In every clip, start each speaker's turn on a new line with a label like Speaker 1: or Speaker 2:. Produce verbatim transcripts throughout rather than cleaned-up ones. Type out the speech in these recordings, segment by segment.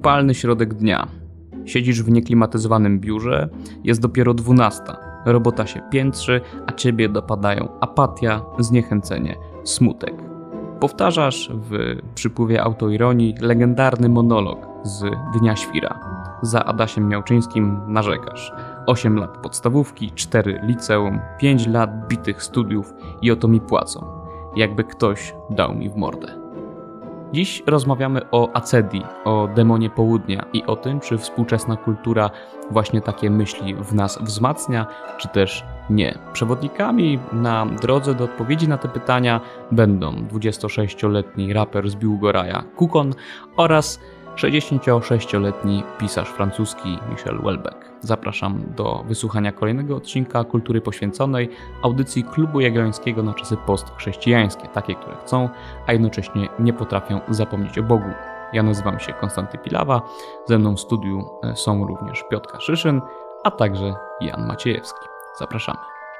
Speaker 1: Upalny środek dnia. Siedzisz w nieklimatyzowanym biurze, jest dopiero dwunasta. Robota się piętrzy, a ciebie dopadają apatia, zniechęcenie, smutek. Powtarzasz w przypływie autoironii legendarny monolog z Dnia Świra. Za Adasiem Miałczyńskim narzekasz. osiem lat podstawówki, cztery liceum, pięć lat bitych studiów i oto mi płacą. Jakby ktoś dał mi w mordę. Dziś rozmawiamy o acedii, o demonie południa i o tym, czy współczesna kultura właśnie takie myśli w nas wzmacnia, czy też nie. Przewodnikami na drodze do odpowiedzi na te pytania będą dwudziestosześcioletni raper z Biłgoraja Kukon oraz sześćdziesięciosześcioletni pisarz francuski Michel Houellebecq. Zapraszam do wysłuchania kolejnego odcinka Kultury Poświęconej, audycji Klubu Jagiellońskiego na czasy postchrześcijańskie, takie, które chcą, a jednocześnie nie potrafią zapomnieć o Bogu. Ja nazywam się Konstanty Pilawa, ze mną w studiu są również Piotr Kaszyszyn, a także Jan Maciejewski. Zapraszamy.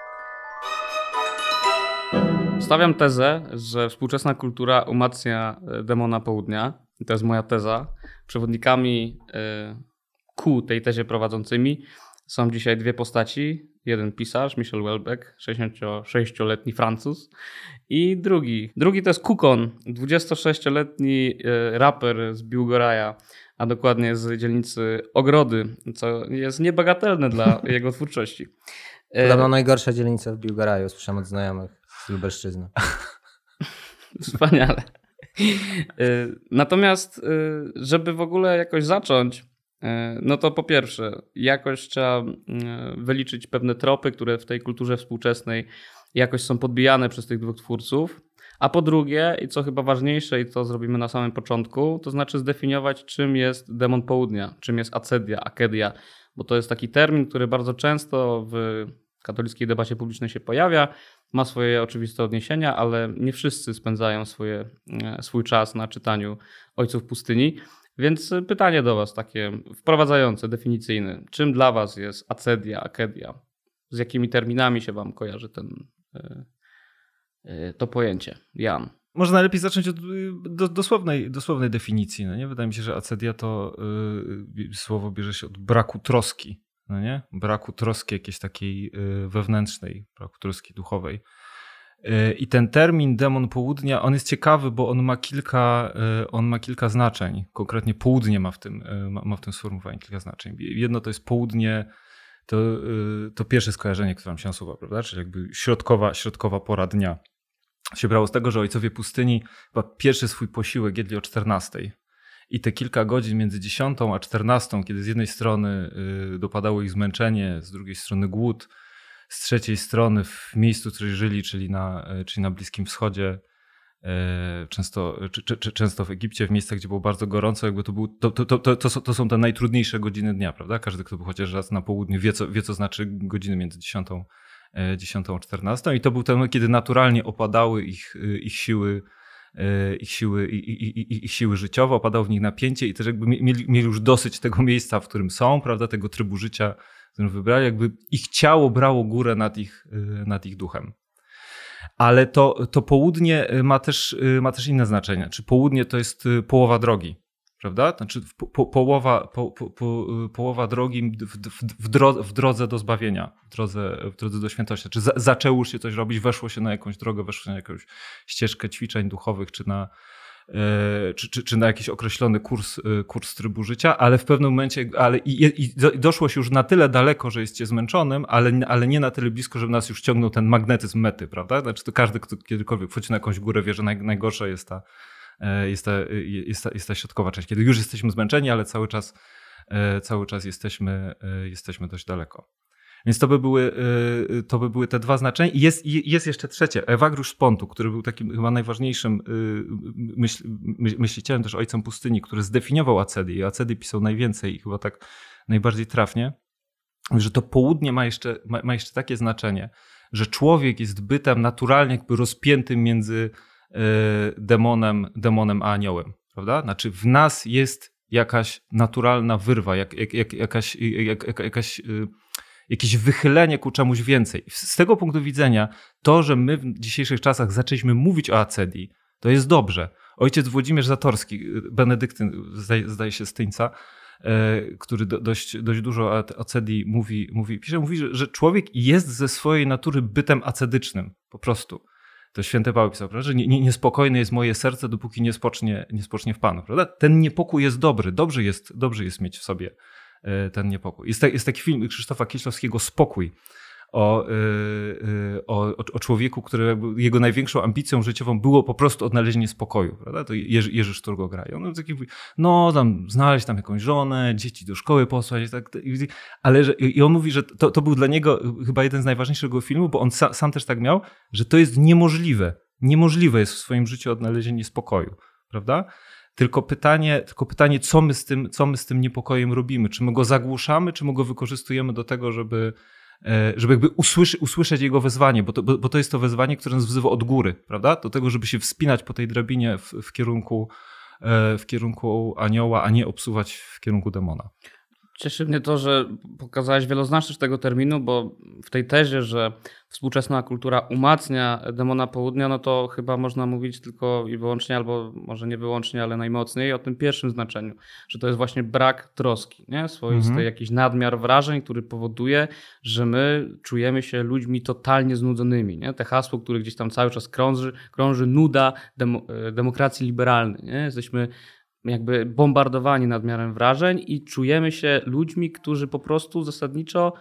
Speaker 1: Stawiam tezę, że współczesna kultura umacnia demona południa. I to jest moja teza. Przewodnikami ku tej tezie prowadzącymi są dzisiaj dwie postaci. Jeden pisarz, Michel Houellebecq, sześćdziesięciosześcioletni Francuz i drugi. Drugi to jest Kukon, dwudziestosześcioletni raper z Biłgoraja, a dokładnie z dzielnicy Ogrody, co jest niebagatelne dla jego twórczości.
Speaker 2: Podobno najgorsza dzielnica w Biłgoraju, słyszałem od znajomych z Lubelszczyzny.
Speaker 1: Wspaniale. Natomiast, żeby w ogóle jakoś zacząć, no to po pierwsze, jakoś trzeba wyliczyć pewne tropy, które w tej kulturze współczesnej jakoś są podbijane przez tych dwóch twórców. A po drugie, i co chyba ważniejsze, i to zrobimy na samym początku, to znaczy zdefiniować, czym jest demon południa, czym jest acedia, akedia, bo to jest taki termin, który bardzo często w katolickiej debacie publicznej się pojawia, ma swoje oczywiste odniesienia, ale nie wszyscy spędzają swoje, swój czas na czytaniu Ojców Pustyni. Więc pytanie do was takie wprowadzające, definicyjne. Czym dla was jest acedia, akedia? Z jakimi terminami się wam kojarzy ten, to pojęcie? Jan.
Speaker 3: Może najlepiej zacząć od do, dosłownej, dosłownej definicji. No nie? Wydaje mi się, że acedia to yy, słowo bierze się od braku troski. No nie? Braku troski jakiejś takiej yy, wewnętrznej, braku troski duchowej. Yy, I ten termin demon południa, on jest ciekawy, bo on ma kilka, yy, on ma kilka znaczeń. Konkretnie południe ma w tym, yy, ma, ma w tym sformułowaniu kilka znaczeń. Jedno to jest południe, to, yy, to pierwsze skojarzenie, które nam się nasuwa, prawda? Czyli jakby środkowa, środkowa pora dnia. Się brało z tego, że ojcowie pustyni chyba pierwszy swój posiłek jedli o czternastej. I te kilka godzin między dziesiątą a czternastą, kiedy z jednej strony dopadało ich zmęczenie, z drugiej strony głód, z trzeciej strony w miejscu, w którym żyli, czyli na, czyli na Bliskim Wschodzie, często, czy, czy, często w Egipcie, w miejscach, gdzie było bardzo gorąco, jakby to, był, to, to, to, to, to są te najtrudniejsze godziny dnia, prawda? Każdy, kto był chociaż raz na południu, wie co, wie, co znaczy godziny między dziesiątą a czternastą. I to był ten moment, kiedy naturalnie opadały ich, ich siły, ich siły, ich, ich, ich siły życiowe, opadało w nich napięcie i też jakby mieli, mieli już dosyć tego miejsca, w którym są, prawda, tego trybu życia, który wybrali, jakby ich ciało brało górę nad ich, nad ich duchem. Ale to, to południe ma też, ma też inne znaczenie. Czy południe to jest połowa drogi, prawda? Znaczy po, po, połowa, po, po, po, połowa drogi w, w, w, drodze, w drodze do zbawienia, w drodze, w drodze do świętości. Czy za, zaczęło się coś robić, weszło się na jakąś drogę, weszło się na jakąś ścieżkę ćwiczeń duchowych, czy na, e, czy, czy, czy na jakiś określony kurs, kurs trybu życia, ale w pewnym momencie, ale i, i, i doszło się już na tyle daleko, że jesteście zmęczonym, ale, ale nie na tyle blisko, żeby nas już ciągnął ten magnetyzm mety, prawda? Znaczy to każdy, kto kiedykolwiek wchodzi na jakąś górę, wie, że naj, najgorsza jest ta Jest ta, jest, ta, jest ta środkowa część, kiedy już jesteśmy zmęczeni, ale cały czas, cały czas jesteśmy, jesteśmy dość daleko. Więc to by były, to by były te dwa znaczenia. I jest, jest jeszcze trzecie, Ewagriusz z Pontu, który był takim chyba najważniejszym myśl, myślicielem, też ojcem pustyni, który zdefiniował acedię. I acedię pisał najwięcej i chyba tak najbardziej trafnie, że to południe ma jeszcze, ma, ma jeszcze takie znaczenie, że człowiek jest bytem naturalnie jakby rozpiętym między demonem, demonem a aniołem, prawda? Znaczy w nas jest jakaś naturalna wyrwa, jak, jak, jak, jakaś, jak, jak, jakaś, jakieś wychylenie ku czemuś więcej. Z tego punktu widzenia to, że my w dzisiejszych czasach zaczęliśmy mówić o acedii, to jest dobrze, Ojciec Włodzimierz Zatorski, benedyktyn, zdaje, zdaje się z Tyńca, który do, dość, dość dużo o acedii mówi, mówi, pisze, mówi, że, że człowiek jest ze swojej natury bytem acedycznym, po prostu. To święty Paweł pisał, prawda? Że nie, nie, niespokojne jest moje serce, dopóki nie spocznie, nie spocznie w Panu. Prawda? Ten niepokój jest dobry, dobrze jest, dobrze jest mieć w sobie ten niepokój. Jest, ta, jest taki film Krzysztofa Kieślowskiego Spokój, o, o, o człowieku, który jakby jego największą ambicją życiową było po prostu odnalezienie spokoju. Prawda? To Jerzy, Jerzy Szturgo gra. I on taki mówi, no tam znaleźć tam jakąś żonę, dzieci do szkoły posłać. Tak, ale że, i on mówi, że to, to był dla niego chyba jeden z najważniejszych jego filmów, bo on sa, sam też tak miał, że to jest niemożliwe. Niemożliwe jest w swoim życiu odnalezienie spokoju. Prawda? Tylko pytanie, tylko pytanie co, my z tym, co my z tym niepokojem robimy? Czy my go zagłuszamy, czy my go wykorzystujemy do tego, żeby żeby jakby usłyszy, usłyszeć jego wezwanie, bo to, bo, bo to jest to wezwanie, które nas wzywa od góry, prawda? Do tego, żeby się wspinać po tej drabinie w, w, kierunku, w kierunku anioła, a nie obsuwać w kierunku demona.
Speaker 1: Cieszy mnie to, że pokazałeś wieloznaczność tego terminu, bo w tej tezie, że współczesna kultura umacnia demona południa, no to chyba można mówić tylko i wyłącznie, albo może nie wyłącznie, ale najmocniej o tym pierwszym znaczeniu, że to jest właśnie brak troski, nie? Swoisty mhm. jakiś nadmiar wrażeń, który powoduje, że my czujemy się ludźmi totalnie znudzonymi. Nie? Te hasło, które gdzieś tam cały czas krąży, krąży nuda demo, demokracji liberalnej. Nie? Jesteśmy jakby bombardowani nadmiarem wrażeń i czujemy się ludźmi, którzy po prostu zasadniczo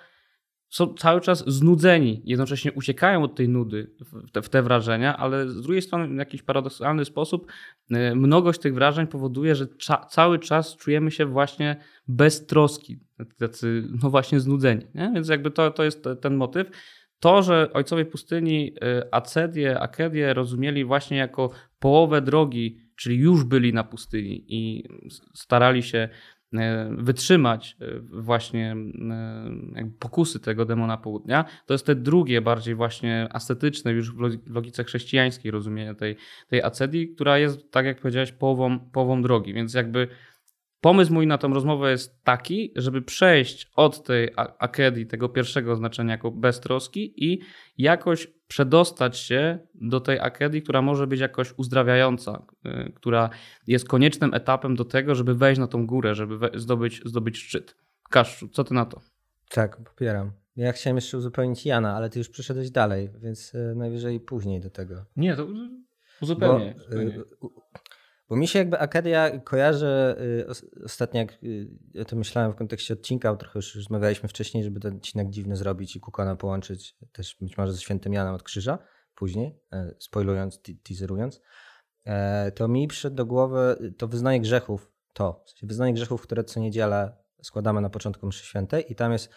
Speaker 1: są cały czas znudzeni. Jednocześnie uciekają od tej nudy w te, w te wrażenia, ale z drugiej strony w jakiś paradoksalny sposób mnogość tych wrażeń powoduje, że cza, cały czas czujemy się właśnie bez troski, tacy no właśnie znudzeni. Nie? Więc jakby to, to jest ten motyw. To, że ojcowie pustyni acedię, akedię rozumieli właśnie jako połowę drogi, czyli już byli na pustyni i starali się wytrzymać właśnie jakby pokusy tego demona południa, to jest te drugie, bardziej właśnie ascetyczne, już w logice chrześcijańskiej rozumienie tej, tej acedii, która jest, tak jak powiedziałeś, połową, połową drogi. Więc jakby pomysł mój na tą rozmowę jest taki, żeby przejść od tej akedii, tego pierwszego znaczenia jako beztroski i jakoś przedostać się do tej akedii, która może być jakoś uzdrawiająca, która jest koniecznym etapem do tego, żeby wejść na tą górę, żeby zdobyć, zdobyć szczyt. Kaszczu, co ty na to?
Speaker 2: Tak, popieram. Ja chciałem jeszcze uzupełnić Jana, ale ty już przyszedłeś dalej, więc najwyżej później do tego.
Speaker 3: Nie, to
Speaker 1: uzupełnię.
Speaker 2: Bo, Bo mi się jakby Akedia kojarzy, y, ostatnio jak y, to myślałem w kontekście odcinka, bo trochę już rozmawialiśmy wcześniej, żeby ten odcinek dziwny zrobić i Kukona połączyć też być może ze Świętym Janem od Krzyża później, e, spoilując, teaserując, e, to mi przyszedł do głowy to wyznanie grzechów, to w sensie wyznanie grzechów, które co niedzielę składamy na początku mszy świętej i tam jest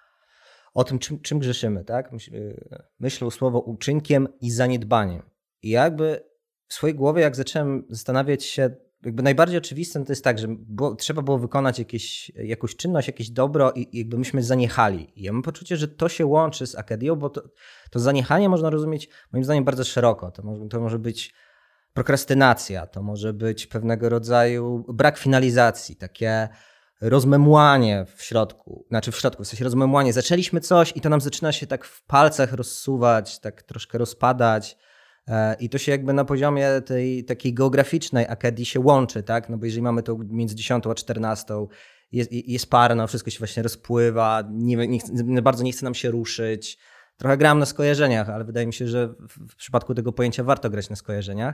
Speaker 2: o tym, czym, czym grzeszymy, tak? Myśl, myślą słowo uczynkiem i zaniedbaniem. I jakby w swojej głowie, jak zacząłem zastanawiać się, jakby najbardziej oczywistym to jest tak, że było, trzeba było wykonać jakieś, jakąś czynność, jakieś dobro i, i jakby myśmy zaniechali. I ja mam poczucie, że to się łączy z akedią, bo to, to zaniechanie można rozumieć moim zdaniem bardzo szeroko. To może, to może być prokrastynacja, to może być pewnego rodzaju brak finalizacji, takie rozmemłanie w środku, znaczy w środku, w sensie rozmemłanie. Zaczęliśmy coś i to nam zaczyna się tak w palcach rozsuwać, tak troszkę rozpadać. I to się jakby na poziomie tej takiej geograficznej akedii się łączy, tak? No bo jeżeli mamy to między dziesiątą a czternastą, jest, jest parno, wszystko się właśnie rozpływa, nie, nie, nie, bardzo nie chce nam się ruszyć. Trochę grałem na skojarzeniach, ale wydaje mi się, że w, w przypadku tego pojęcia warto grać na skojarzeniach.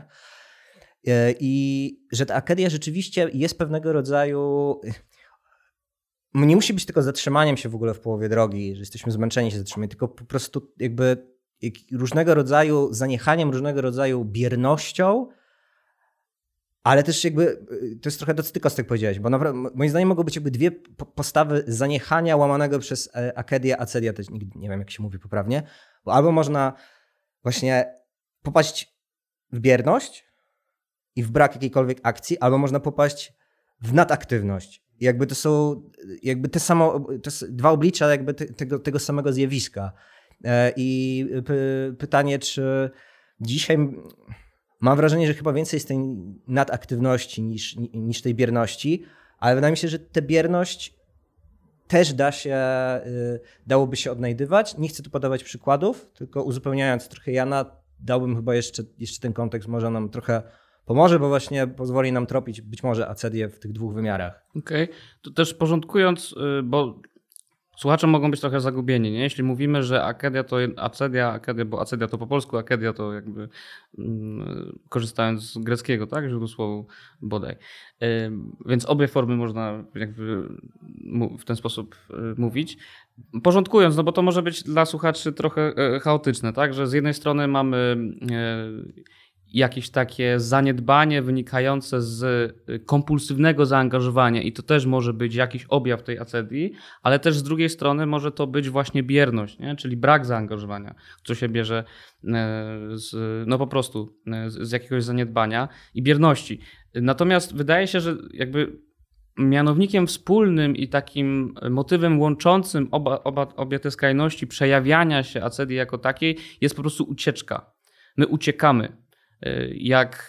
Speaker 2: I że ta akedia rzeczywiście jest pewnego rodzaju... Nie musi być tylko zatrzymaniem się w ogóle w połowie drogi, że jesteśmy zmęczeni się zatrzymaniem, tylko po prostu jakby różnego rodzaju zaniechaniem, różnego rodzaju biernością, ale też jakby, to jest trochę to, co ty, Kostek, powiedziałeś, bo naprawdę, moim zdaniem mogą być jakby dwie postawy zaniechania łamanego przez akedię, acedia, to nigdy nie wiem, jak się mówi poprawnie, bo albo można właśnie popaść w bierność i w brak jakiejkolwiek akcji, albo można popaść w nadaktywność. I jakby to są jakby te samo, to dwa oblicza jakby te, tego, tego samego zjawiska. I py- pytanie, czy dzisiaj mam wrażenie, że chyba więcej jest tej nadaktywności niż, niż tej bierności, ale wydaje mi się, że tę bierność też da się, dałoby się odnajdywać. Nie chcę tu podawać przykładów, tylko uzupełniając trochę Jana, dałbym chyba jeszcze, jeszcze ten kontekst, może nam trochę pomoże, bo właśnie pozwoli nam tropić być może acedię w tych dwóch wymiarach.
Speaker 1: Okej, okay. To też porządkując, bo słuchacze mogą być trochę zagubieni, nie? Jeśli mówimy, że akedia to acedia, akedia, bo acedia to po polsku, akedia to jakby mm, korzystając z greckiego, tak? Źródłosłowu bodaj. Yy, więc obie formy można jakby w ten sposób yy, mówić. Porządkując, no bo to może być dla słuchaczy trochę yy, chaotyczne, tak? Że z jednej strony mamy yy, jakieś takie zaniedbanie wynikające z kompulsywnego zaangażowania i to też może być jakiś objaw tej acedii, ale też z drugiej strony może to być właśnie bierność, nie? Czyli brak zaangażowania, co się bierze z, no po prostu z, z jakiegoś zaniedbania i bierności. Natomiast wydaje się, że jakby mianownikiem wspólnym i takim motywem łączącym oba, oba, obie te skrajności przejawiania się acedii jako takiej jest po prostu ucieczka. My uciekamy. Jak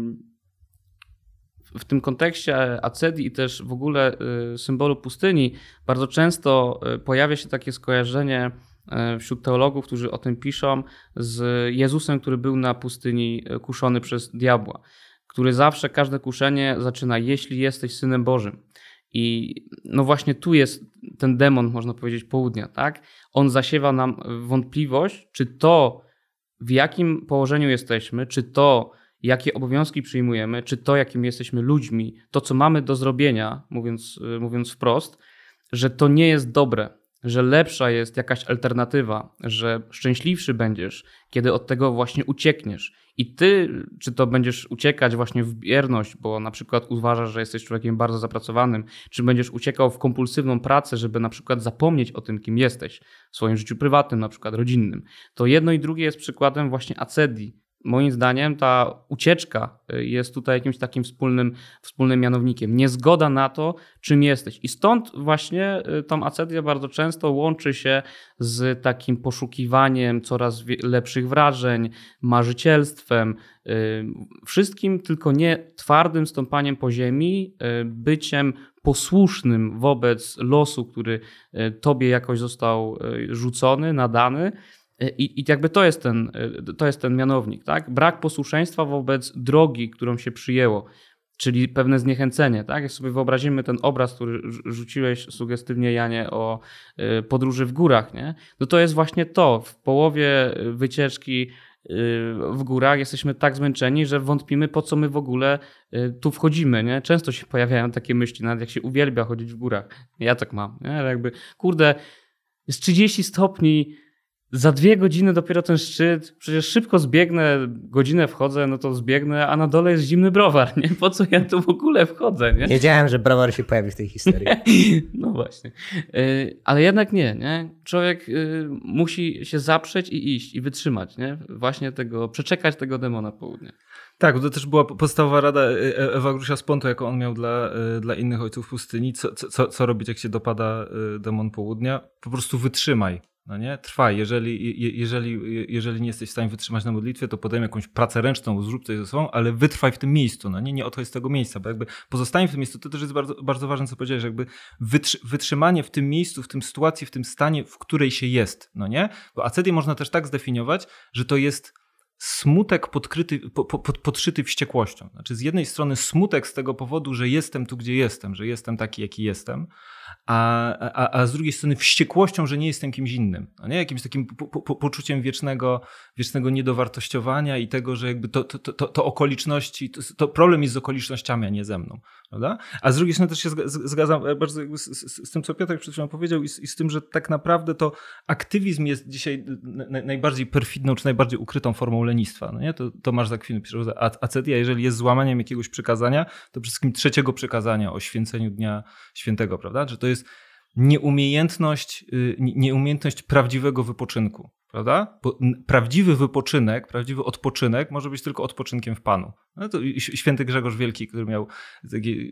Speaker 1: w tym kontekście acedii i też w ogóle symbolu pustyni bardzo często pojawia się takie skojarzenie wśród teologów, którzy o tym piszą, z Jezusem, który był na pustyni kuszony przez diabła, który zawsze każde kuszenie zaczyna: jeśli jesteś Synem Bożym. I no właśnie tu jest ten demon, można powiedzieć, południa, tak? On zasiewa nam wątpliwość, czy to, w jakim położeniu jesteśmy, czy to, jakie obowiązki przyjmujemy, czy to, jakim jesteśmy ludźmi, to, co mamy do zrobienia, mówiąc, mówiąc wprost, że to nie jest dobre, że lepsza jest jakaś alternatywa, że szczęśliwszy będziesz, kiedy od tego właśnie uciekniesz. I ty, czy to będziesz uciekać właśnie w bierność, bo na przykład uważasz, że jesteś człowiekiem bardzo zapracowanym, czy będziesz uciekał w kompulsywną pracę, żeby na przykład zapomnieć o tym, kim jesteś w swoim życiu prywatnym, na przykład rodzinnym, to jedno i drugie jest przykładem właśnie acedii. Moim zdaniem ta ucieczka jest tutaj jakimś takim wspólnym, wspólnym mianownikiem. Niezgoda na to, czym jesteś. I stąd właśnie tą acedię bardzo często łączy się z takim poszukiwaniem coraz lepszych wrażeń, marzycielstwem, wszystkim, tylko nie twardym stąpaniem po ziemi, byciem posłusznym wobec losu, który tobie jakoś został rzucony, nadany. I, I jakby to jest ten, to jest ten mianownik, tak? Brak posłuszeństwa wobec drogi, którą się przyjęło, czyli pewne zniechęcenie, tak? Jak sobie wyobrazimy ten obraz, który rzuciłeś sugestywnie, Janie, o podróży w górach, nie? No to jest właśnie to. W połowie wycieczki w górach jesteśmy tak zmęczeni, że wątpimy, po co my w ogóle tu wchodzimy, nie? Często się pojawiają takie myśli, nawet jak się uwielbia chodzić w górach. Ja tak mam, nie? Ale jakby, kurde, jest trzydzieści stopni, za dwie godziny dopiero ten szczyt, przecież szybko zbiegnę, godzinę wchodzę, no to zbiegnę, a na dole jest zimny browar, nie? Po co ja tu w ogóle wchodzę, nie?
Speaker 2: Wiedziałem, że browar się pojawi w tej historii.
Speaker 1: No właśnie. Ale jednak nie, nie? Człowiek musi się zaprzeć i iść i wytrzymać, nie? Właśnie tego, przeczekać tego demona południa.
Speaker 3: Tak, to też była podstawowa rada Ewagrusia z Ponto, jaką on miał dla, dla innych ojców pustyni. Co, co, co robić, jak się dopada demon południa? Po prostu wytrzymaj. No nie? Trwaj. Jeżeli, jeżeli, jeżeli nie jesteś w stanie wytrzymać na modlitwie, to podejmij jakąś pracę ręczną, zrób coś ze sobą, ale wytrwaj w tym miejscu. No nie, nie odchodź z tego miejsca, bo jakby pozostanie w tym miejscu, to też jest bardzo, bardzo ważne, co powiedziałeś, jakby wytrzymanie w tym miejscu, w tym sytuacji, w tym stanie, w której się jest. No nie? Bo acedię można też tak zdefiniować, że to jest smutek podkryty, po, po, podszyty wściekłością. Znaczy z jednej strony smutek z tego powodu, że jestem tu, gdzie jestem, że jestem taki, jaki jestem, a, a, a z drugiej strony wściekłością, że nie jestem kimś innym. No nie? Jakimś takim po, po, poczuciem wiecznego, wiecznego niedowartościowania i tego, że jakby to, to, to, to okoliczności, to, to problem jest z okolicznościami, a nie ze mną. Prawda? A z drugiej strony też się zgadzam bardzo z, z, z tym, co Piotr przed chwilą powiedział i z, i z tym, że tak naprawdę to aktywizm jest dzisiaj najbardziej perfidną, czy najbardziej ukrytą formą lenistwa. No nie? To Tomasz z Akwinu pisze, że acedia, jeżeli jest złamaniem jakiegoś przykazania, to przede wszystkim trzeciego przykazania o święceniu Dnia Świętego, prawda? Że to jest nieumiejętność, nieumiejętność prawdziwego wypoczynku. Prawda? Bo prawdziwy wypoczynek, prawdziwy odpoczynek może być tylko odpoczynkiem w Panu. No to święty Grzegorz Wielki, który miał takie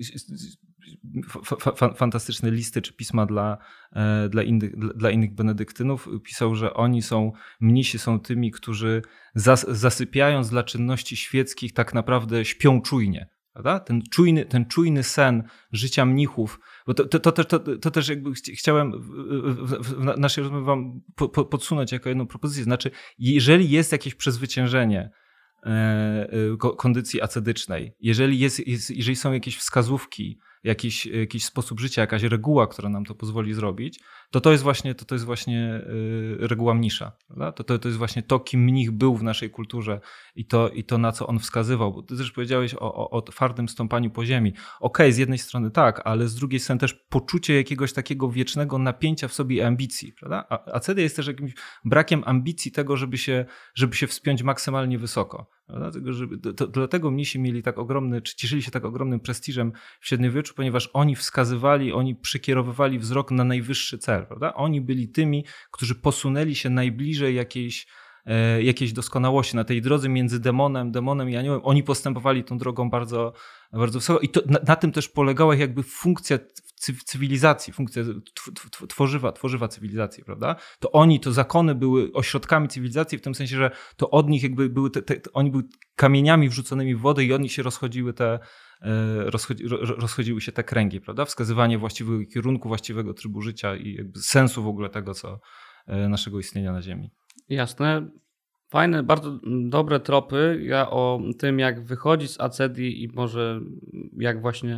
Speaker 3: fantastyczne listy czy pisma dla, dla, innych, dla innych benedyktynów, pisał, że oni są, mnisi są tymi, którzy zas, zasypiając dla czynności świeckich tak naprawdę śpią czujnie. Prawda? Ten czujny, ten czujny sen życia mnichów, bo to, to, to, to, to też jakby chciałem w, w, w naszej rozmowie wam po, po, podsunąć jako jedną propozycję. Znaczy, jeżeli jest jakieś przezwyciężenie kondycji acedycznej. Jeżeli, jest, jest, jeżeli są jakieś wskazówki, jakiś, jakiś sposób życia, jakaś reguła, która nam to pozwoli zrobić, to to jest właśnie, to, to jest właśnie reguła mnisza. To, to, to jest właśnie to, kim mnich był w naszej kulturze i to, i to na co on wskazywał. Bo ty też powiedziałeś o, o, o twardym stąpaniu po ziemi. Okej, z jednej strony tak, ale z drugiej strony też poczucie jakiegoś takiego wiecznego napięcia w sobie i ambicji. Prawda? A acedia jest też jakimś brakiem ambicji tego, żeby się, żeby się wspiąć maksymalnie wysoko. Dlatego, żeby, to, dlatego mnisi mieli tak ogromny, czy cieszyli się tak ogromnym prestiżem w średniowieczu, ponieważ oni wskazywali, oni przykierowywali wzrok na najwyższy cel. Prawda? Oni byli tymi, którzy posunęli się najbliżej jakiejś, e, jakiejś doskonałości. Na tej drodze między demonem, demonem i aniołem, oni postępowali tą drogą bardzo, bardzo wysoko. I to, na, na tym też polegała jakby funkcja cywilizacji, funkcja tworzywa, tworzywa cywilizacji, prawda? To oni, to zakony były ośrodkami cywilizacji w tym sensie, że to od nich jakby były, te, te, oni były kamieniami wrzuconymi w wodę i od nich się rozchodziły te, rozchodzi, rozchodziły się te kręgi, prawda? Wskazywanie właściwego kierunku, właściwego trybu życia i jakby sensu w ogóle tego, co naszego istnienia na Ziemi.
Speaker 1: Jasne. Fajne, bardzo dobre tropy. Ja o tym, jak wychodzić z acedii i może jak właśnie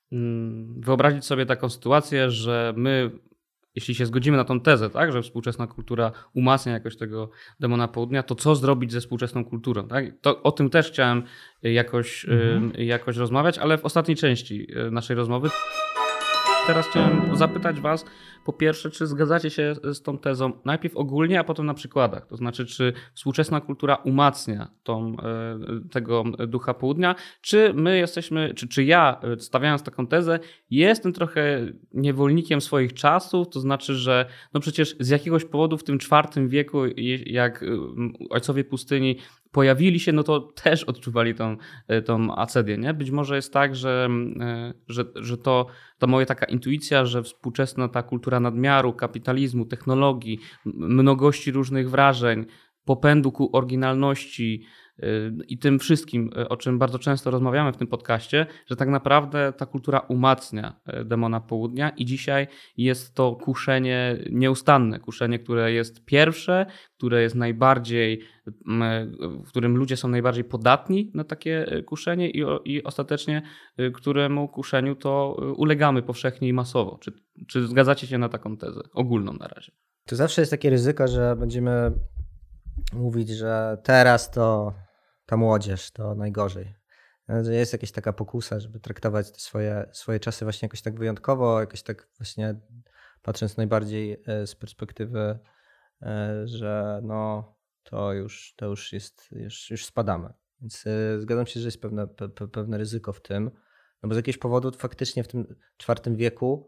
Speaker 1: wyobrazić sobie taką sytuację, że my, jeśli się zgodzimy na tą tezę, tak, że współczesna kultura umacnia jakoś tego demona południa, to co zrobić ze współczesną kulturą? Tak? To, o tym też chciałem jakoś, mhm. jakoś rozmawiać, ale w ostatniej części naszej rozmowy. Teraz chciałem zapytać was, po pierwsze, czy zgadzacie się z tą tezą najpierw ogólnie, a potem na przykładach? To znaczy, czy współczesna kultura umacnia tą, tego ducha południa, czy my jesteśmy, czy, czy ja, stawiając taką tezę, jestem trochę niewolnikiem swoich czasów, to znaczy, że no przecież z jakiegoś powodu w tym czwartym wieku, jak ojcowie pustyni pojawili się, no to też odczuwali tą, tą acedię, nie? Być może jest tak, że, że, że to, to moja taka intuicja, że współczesna ta kultura nadmiaru, kapitalizmu, technologii, mnogości różnych wrażeń, popędu ku oryginalności i tym wszystkim, o czym bardzo często rozmawiamy w tym podcaście, że tak naprawdę ta kultura umacnia demona południa i dzisiaj jest to kuszenie nieustanne, kuszenie, które jest pierwsze, które jest najbardziej, w którym ludzie są najbardziej podatni na takie kuszenie i, i ostatecznie któremu kuszeniu to ulegamy powszechnie i masowo. Czy, czy zgadzacie się na taką tezę ogólną na razie?
Speaker 2: To zawsze jest takie ryzyko, że będziemy mówić, że teraz to ta młodzież to najgorzej. Że jest jakaś taka pokusa, żeby traktować te swoje, swoje czasy właśnie jakoś tak wyjątkowo, jakoś tak właśnie patrząc najbardziej z perspektywy, że no to już, to już jest, już, już spadamy. Więc zgadzam się, że jest pewne, pe, pewne ryzyko w tym, no bo z jakiegoś powodu faktycznie w tym czwartym wieku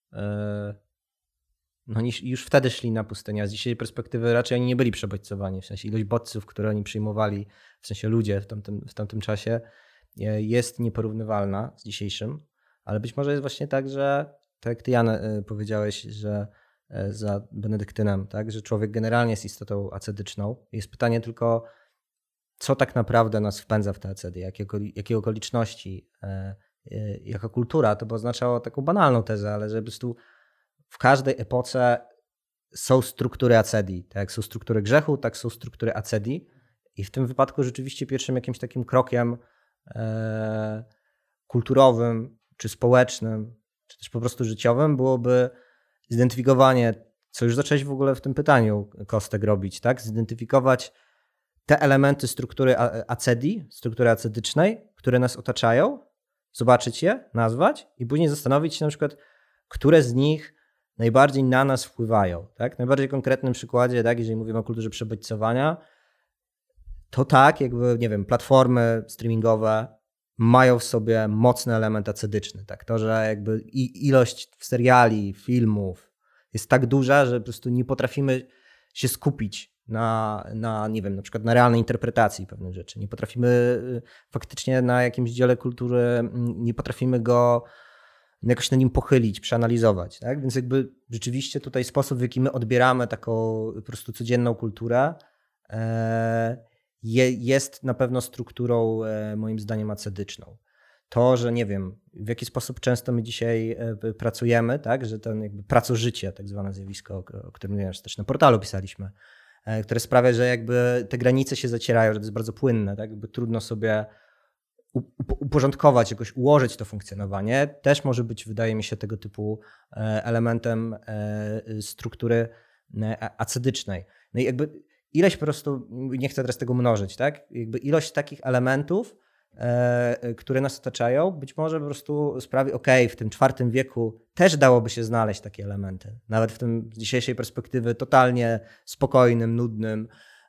Speaker 2: no już wtedy szli na pustynię, a z dzisiejszej perspektywy raczej oni nie byli przebodźcowani, w sensie ilość bodźców, które oni przyjmowali, w sensie ludzie w tamtym, w tamtym czasie jest nieporównywalna z dzisiejszym, ale być może jest właśnie tak, że tak jak ty, Jan, powiedziałeś, że za Benedyktynem, tak, że człowiek generalnie jest istotą acedyczną. Jest pytanie tylko, co tak naprawdę nas wpędza w tę acedię, jakie, jakie okoliczności, jaka kultura, to by oznaczało taką banalną tezę, ale że po prostu w każdej epoce są struktury acedii. Tak jak są struktury grzechu, tak są struktury acedii. I w tym wypadku rzeczywiście pierwszym jakimś takim krokiem e, kulturowym, czy społecznym, czy też po prostu życiowym byłoby zidentyfikowanie, co już zacząłeś w ogóle w tym pytaniu, Kostek, robić, tak? Zidentyfikować te elementy struktury acedii, struktury acedycznej, które nas otaczają, zobaczyć je, nazwać i później zastanowić się na przykład, które z nich najbardziej na nas wpływają. Tak? W najbardziej konkretnym przykładzie, tak, jeżeli mówimy o kulturze przebodźcowania, to tak, jakby, nie wiem, platformy streamingowe mają w sobie mocny element acedyczny. Tak? To, że jakby ilość seriali, filmów jest tak duża, że po prostu nie potrafimy się skupić na, na, nie wiem, na przykład na realnej interpretacji pewnych rzeczy. Nie potrafimy faktycznie na jakimś dziele kultury, nie potrafimy go jakoś na nim pochylić, przeanalizować. Tak? Więc jakby rzeczywiście tutaj sposób, w jaki my odbieramy taką po prostu codzienną kulturę, jest na pewno strukturą moim zdaniem acedyczną. To, że nie wiem, w jaki sposób często my dzisiaj pracujemy, tak? Że ten jakby pracożycie, tak zwane zjawisko, o którym też na portalu pisaliśmy, które sprawia, że jakby te granice się zacierają, że to jest bardzo płynne, tak? Jakby trudno sobie uporządkować, jakoś ułożyć to funkcjonowanie. Też może być, wydaje mi się, tego typu elementem struktury acedycznej. No i jakby ilość po prostu, nie chcę teraz tego mnożyć, tak? Jakby ilość takich elementów, które nas otaczają, być może po prostu sprawi, ok, w tym czwartym wieku też dałoby się znaleźć takie elementy. Nawet w tym z dzisiejszej perspektywy totalnie spokojnym, nudnym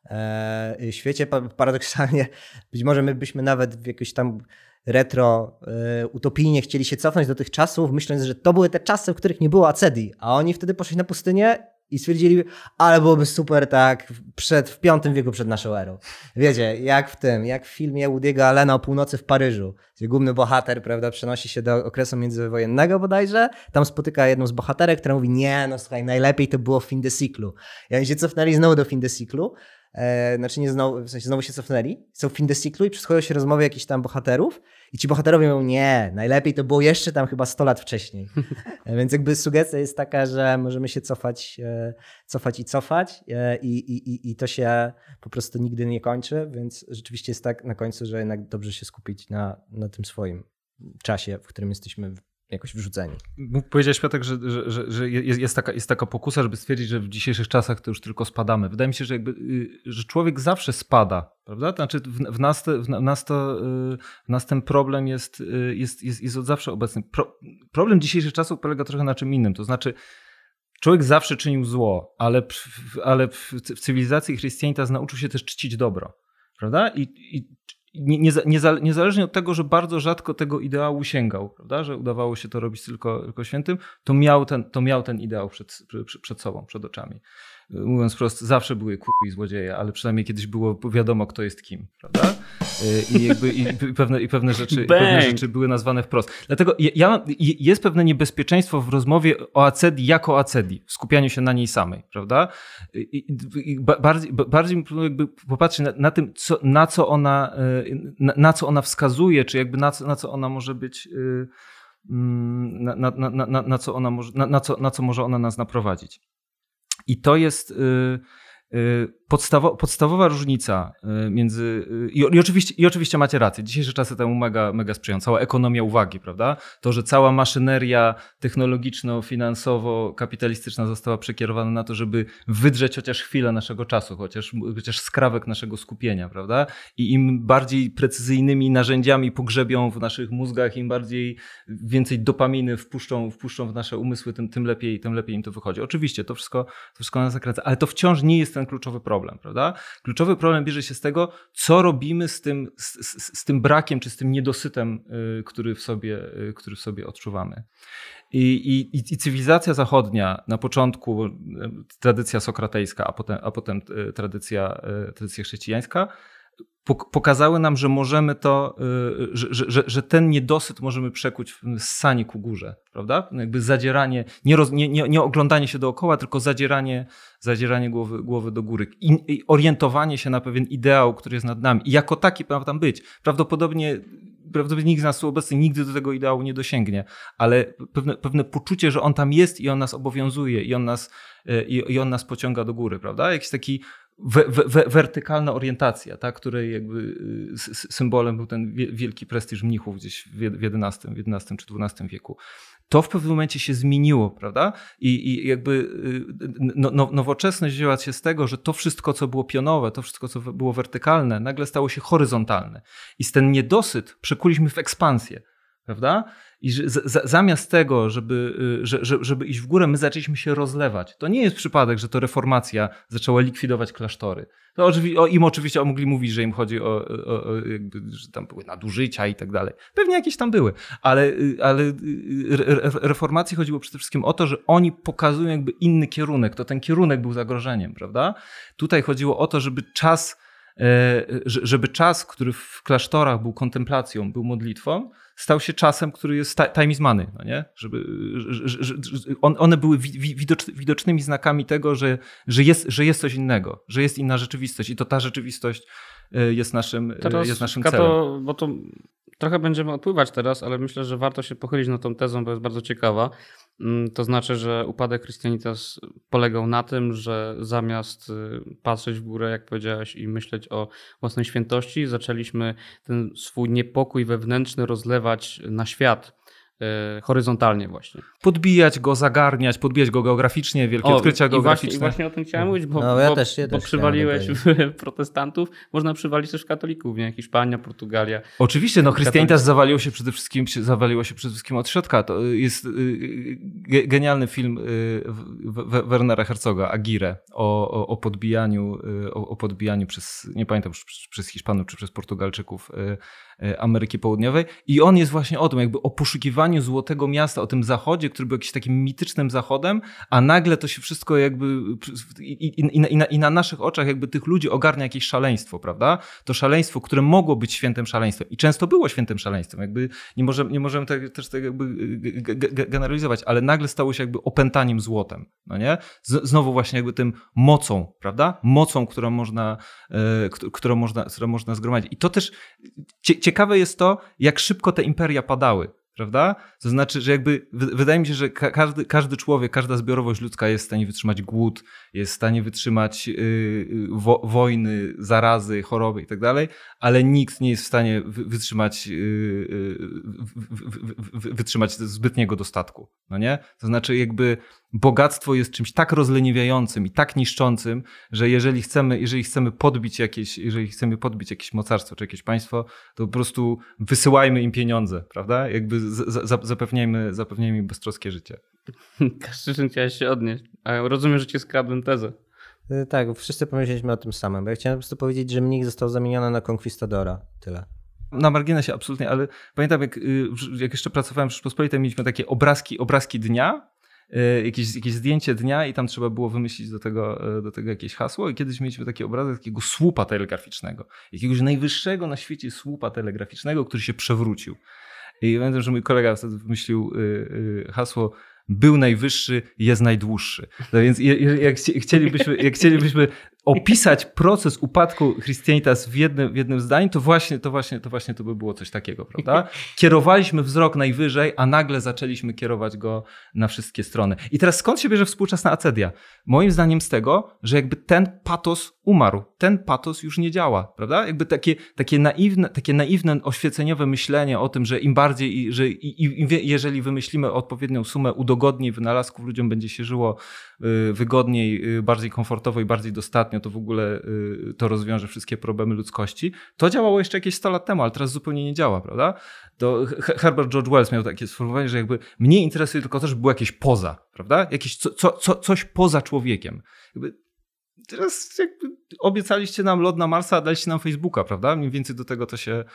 Speaker 2: świecie. Paradoksalnie być może my byśmy nawet w jakiejś tam retro utopijnie chcieli się cofnąć do tych czasów, myśląc, że to były te czasy, w których nie było acedii, a oni wtedy poszli na pustynię i stwierdzili, ale byłoby super tak przed, w piątym wieku przed naszą erą. Wiecie, jak w tym, jak w filmie Woody'ego Allena o północy w Paryżu, gdzie główny bohater, prawda, przenosi się do okresu międzywojennego bodajże, tam spotyka jedną z bohaterek, która mówi, nie, no słuchaj, najlepiej to było w fin de cyclu. I oni się cofnęli znowu do fin de cyclu, e, znaczy nie znowu, w sensie znowu się cofnęli, są w fin de cyclu i przysłuchują się rozmowy jakichś tam bohaterów i ci bohaterowie mówią, nie, najlepiej to było jeszcze tam chyba sto lat wcześniej. Więc jakby sugestia jest taka, że możemy się cofać, cofać i cofać i, i, i to się po prostu nigdy nie kończy, więc rzeczywiście jest tak na końcu, że jednak dobrze się skupić na, na tym swoim czasie, w którym jesteśmy jakoś wrzuceni.
Speaker 3: Powiedziałeś, Piotrek, że, że, że, że jest, jest, taka, jest taka pokusa, żeby stwierdzić, że w dzisiejszych czasach to już tylko spadamy. Wydaje mi się, że, jakby, że człowiek zawsze spada, prawda? To znaczy w, w, nas, te, w, nas to, w nas ten problem jest, jest, jest, jest od zawsze obecny. Pro, problem dzisiejszych czasów polega trochę na czym innym. To znaczy człowiek zawsze czynił zło, ale, ale w, w cywilizacji chrześcijaństwa nauczył się też czcić dobro, prawda? I, i Nie, nie, niezależnie od tego, że bardzo rzadko tego ideału sięgał, prawda? Że udawało się to robić tylko, tylko świętym, to miał ten, to miał ten ideał przed, przed sobą, przed oczami. Mówiąc wprost, zawsze były kurwy i złodzieje, ale przynajmniej kiedyś było wiadomo, kto jest kim, prawda? I, jakby, i, pewne, i pewne, rzeczy, i pewne rzeczy były nazwane wprost. Dlatego ja, jest pewne niebezpieczeństwo w rozmowie o acedii jako acedii, w skupianiu się na niej samej, prawda? I, i bardziej, bardziej jakby popatrzeć na, na tym, co, na, co ona, na, na co ona wskazuje, czy jakby na co, na co ona może być, na, na, na, na, na, co ona może, na, na, co, na co może ona nas naprowadzić. I to jest y, y, podstawo, podstawowa różnica między... Y, i, oczywiście, I oczywiście macie rację, dzisiejsze czasy temu mega, mega sprzyjają. Cała ekonomia uwagi, prawda? To, że cała maszyneria technologiczno-finansowo-kapitalistyczna została przekierowana na to, żeby wydrzeć chociaż chwilę naszego czasu, chociaż, chociaż skrawek naszego skupienia, prawda? I im bardziej precyzyjnymi narzędziami pogrzebią w naszych mózgach, im bardziej więcej dopaminy wpuszczą, wpuszczą w nasze umysły, tym, tym, lepiej, tym lepiej im to wychodzi. Oczywiście to wszystko, to wszystko nas zakręca, ale to wciąż nie jest ten kluczowy problem. Problem, prawda? Kluczowy problem bierze się z tego, co robimy z tym, z, z, z tym brakiem, czy z tym niedosytem, y, który, w sobie, y, który w sobie odczuwamy. I, i, I cywilizacja zachodnia, na początku y, tradycja sokratejska, a potem, a potem y, tradycja, y, tradycja chrześcijańska, pokazały nam, że możemy to, że, że, że ten niedosyt możemy przekuć w ssanie ku górze, prawda? Jakby zadzieranie, nie, roz, nie, nie, nie oglądanie się dookoła, tylko zadzieranie, zadzieranie głowy, głowy do góry i, i orientowanie się na pewien ideał, który jest nad nami i jako taki ma tam być. Prawdopodobnie Prawdopodobnie nikt z nas tu obecny nigdy do tego ideału nie dosięgnie, ale pewne, pewne poczucie, że on tam jest i on nas obowiązuje i on nas, i, i on nas pociąga do góry, prawda? Jakiś taki We, we, wertykalna orientacja, tak, której jakby symbolem był ten wielki prestiż mnichów gdzieś w jedenastym, w jedenastym czy dwunastym wieku. To w pewnym momencie się zmieniło, prawda? I, i jakby no, no, nowoczesność wzięła się z tego, że to wszystko, co było pionowe, to wszystko, co było wertykalne, nagle stało się horyzontalne. I z ten niedosyt przekuliśmy w ekspansję, prawda? I że z, zamiast tego, żeby, że, żeby iść w górę, my zaczęliśmy się rozlewać. To nie jest przypadek, że to reformacja zaczęła likwidować klasztory. To oczywi- o, im oczywiście mogli mówić, że im chodzi o, o, o jakby, że tam były nadużycia i tak dalej. Pewnie jakieś tam były, ale, ale reformacji chodziło przede wszystkim o to, że oni pokazują jakby inny kierunek. To ten kierunek był zagrożeniem, prawda? Tutaj chodziło o to, żeby czas, żeby czas, który w klasztorach był kontemplacją, był modlitwą, stał się czasem, który jest time is money, no nie? Żeby, że, że, że one były widocznymi znakami tego, że, że, jest, że jest coś innego, że jest inna rzeczywistość i to ta rzeczywistość jest naszym,
Speaker 1: teraz,
Speaker 3: jest naszym
Speaker 1: Kato,
Speaker 3: celem.
Speaker 1: Bo to trochę będziemy odpływać teraz, ale myślę, że warto się pochylić nad tą tezą, bo jest bardzo ciekawa. To znaczy, że upadek Christianitas polegał na tym, że zamiast patrzeć w górę, jak powiedziałeś, i myśleć o własnej świętości, zaczęliśmy ten swój niepokój wewnętrzny rozlewać na świat. Horyzontalnie właśnie.
Speaker 3: Podbijać go, zagarniać, podbijać go geograficznie, wielkie
Speaker 1: o,
Speaker 3: odkrycia
Speaker 1: i
Speaker 3: geograficzne.
Speaker 1: Właśnie, I właśnie o tym chciałem mówić, bo,
Speaker 2: no, ja
Speaker 1: bo,
Speaker 2: też, ja
Speaker 1: bo
Speaker 2: też
Speaker 1: przywaliłeś w protestantów, można przywalić też w katolików, nie? Hiszpania, Portugalia.
Speaker 3: Oczywiście, no Christianitas zawaliło się przede wszystkim, zawaliło się przede wszystkim od środka. To jest genialny film Wernera Herzoga, Aguirre, o, o, o podbijaniu, o, o podbijaniu przez, nie pamiętam, przez Hiszpanów czy przez Portugalczyków Ameryki Południowej i on jest właśnie o tym, jakby o poszukiwaniu złotego miasta, o tym zachodzie, który był jakimś takim mitycznym zachodem, a nagle to się wszystko jakby i, i, i, na, i, na, i na naszych oczach jakby tych ludzi ogarnia jakieś szaleństwo, prawda? To szaleństwo, które mogło być świętym szaleństwem i często było świętym szaleństwem, jakby nie możemy, nie możemy tak, też tak jakby generalizować, ale nagle stało się jakby opętaniem złotem, no nie? Z, znowu właśnie jakby tym mocą, prawda? Mocą, którą można, e, którą można, którą można zgromadzić. I to też ciekawe jest to, jak szybko te imperia padały, prawda? To znaczy, że jakby wydaje mi się, że każdy, każdy człowiek, każda zbiorowość ludzka jest w stanie wytrzymać głód, jest w stanie wytrzymać yy, wo, wojny, zarazy, choroby i tak dalej, ale nikt nie jest w stanie wytrzymać, yy, wytrzymać zbytniego dostatku, no nie? To znaczy jakby bogactwo jest czymś tak rozleniwiającym i tak niszczącym, że jeżeli chcemy, jeżeli chcemy podbić jakieś, jeżeli chcemy podbić jakieś mocarstwo czy jakieś państwo, to po prostu wysyłajmy im pieniądze, prawda? Jakby z, z, zapewniajmy, zapewniajmy im beztroskie życie.
Speaker 1: Kaszczyczyn, chciałeś się odnieść. A rozumiem, że ci skradłem tezę.
Speaker 2: Tak, wszyscy pomyśleliśmy o tym samym, bo ja chciałem po prostu powiedzieć, że mnich został zamieniony na konkwistadora. Tyle.
Speaker 3: Na marginesie absolutnie, ale pamiętam jak, jak jeszcze pracowałem w Rzeczpospolitej, mieliśmy takie obrazki, obrazki dnia, Jakieś, jakieś zdjęcie dnia i tam trzeba było wymyślić do tego, do tego jakieś hasło i kiedyś mieliśmy taki obrazek takiego słupa telegraficznego. Jakiegoś najwyższego na świecie słupa telegraficznego, który się przewrócił. I pamiętam, że mój kolega wtedy wymyślił hasło był najwyższy, jest najdłuższy. No więc jak chcielibyśmy, jak chcielibyśmy opisać proces upadku Christianitas w jednym, w jednym zdaniu, to właśnie, to właśnie, to właśnie to by było coś takiego, prawda? Kierowaliśmy wzrok najwyżej, a nagle zaczęliśmy kierować go na wszystkie strony. I teraz skąd się bierze współczesna acedia? Moim zdaniem z tego, że jakby ten patos umarł. Ten patos już nie działa, prawda? Jakby takie, takie naiwne, takie naiwne oświeceniowe myślenie o tym, że im bardziej, i, że i, i, jeżeli wymyślimy odpowiednią sumę udogodnień, wynalazków, ludziom będzie się żyło wygodniej, bardziej komfortowo i bardziej dostatnio, to w ogóle to rozwiąże wszystkie problemy ludzkości. To działało jeszcze jakieś sto lat temu, ale teraz zupełnie nie działa, prawda? To Herbert George Wells miał takie sformułowanie, że jakby mnie interesuje tylko to, żeby było jakieś poza, prawda? Jakieś co, co, co, coś poza człowiekiem. Jakby teraz jakby obiecaliście nam lot na Marsa, a daliście nam Facebooka, prawda? Mniej więcej do tego to się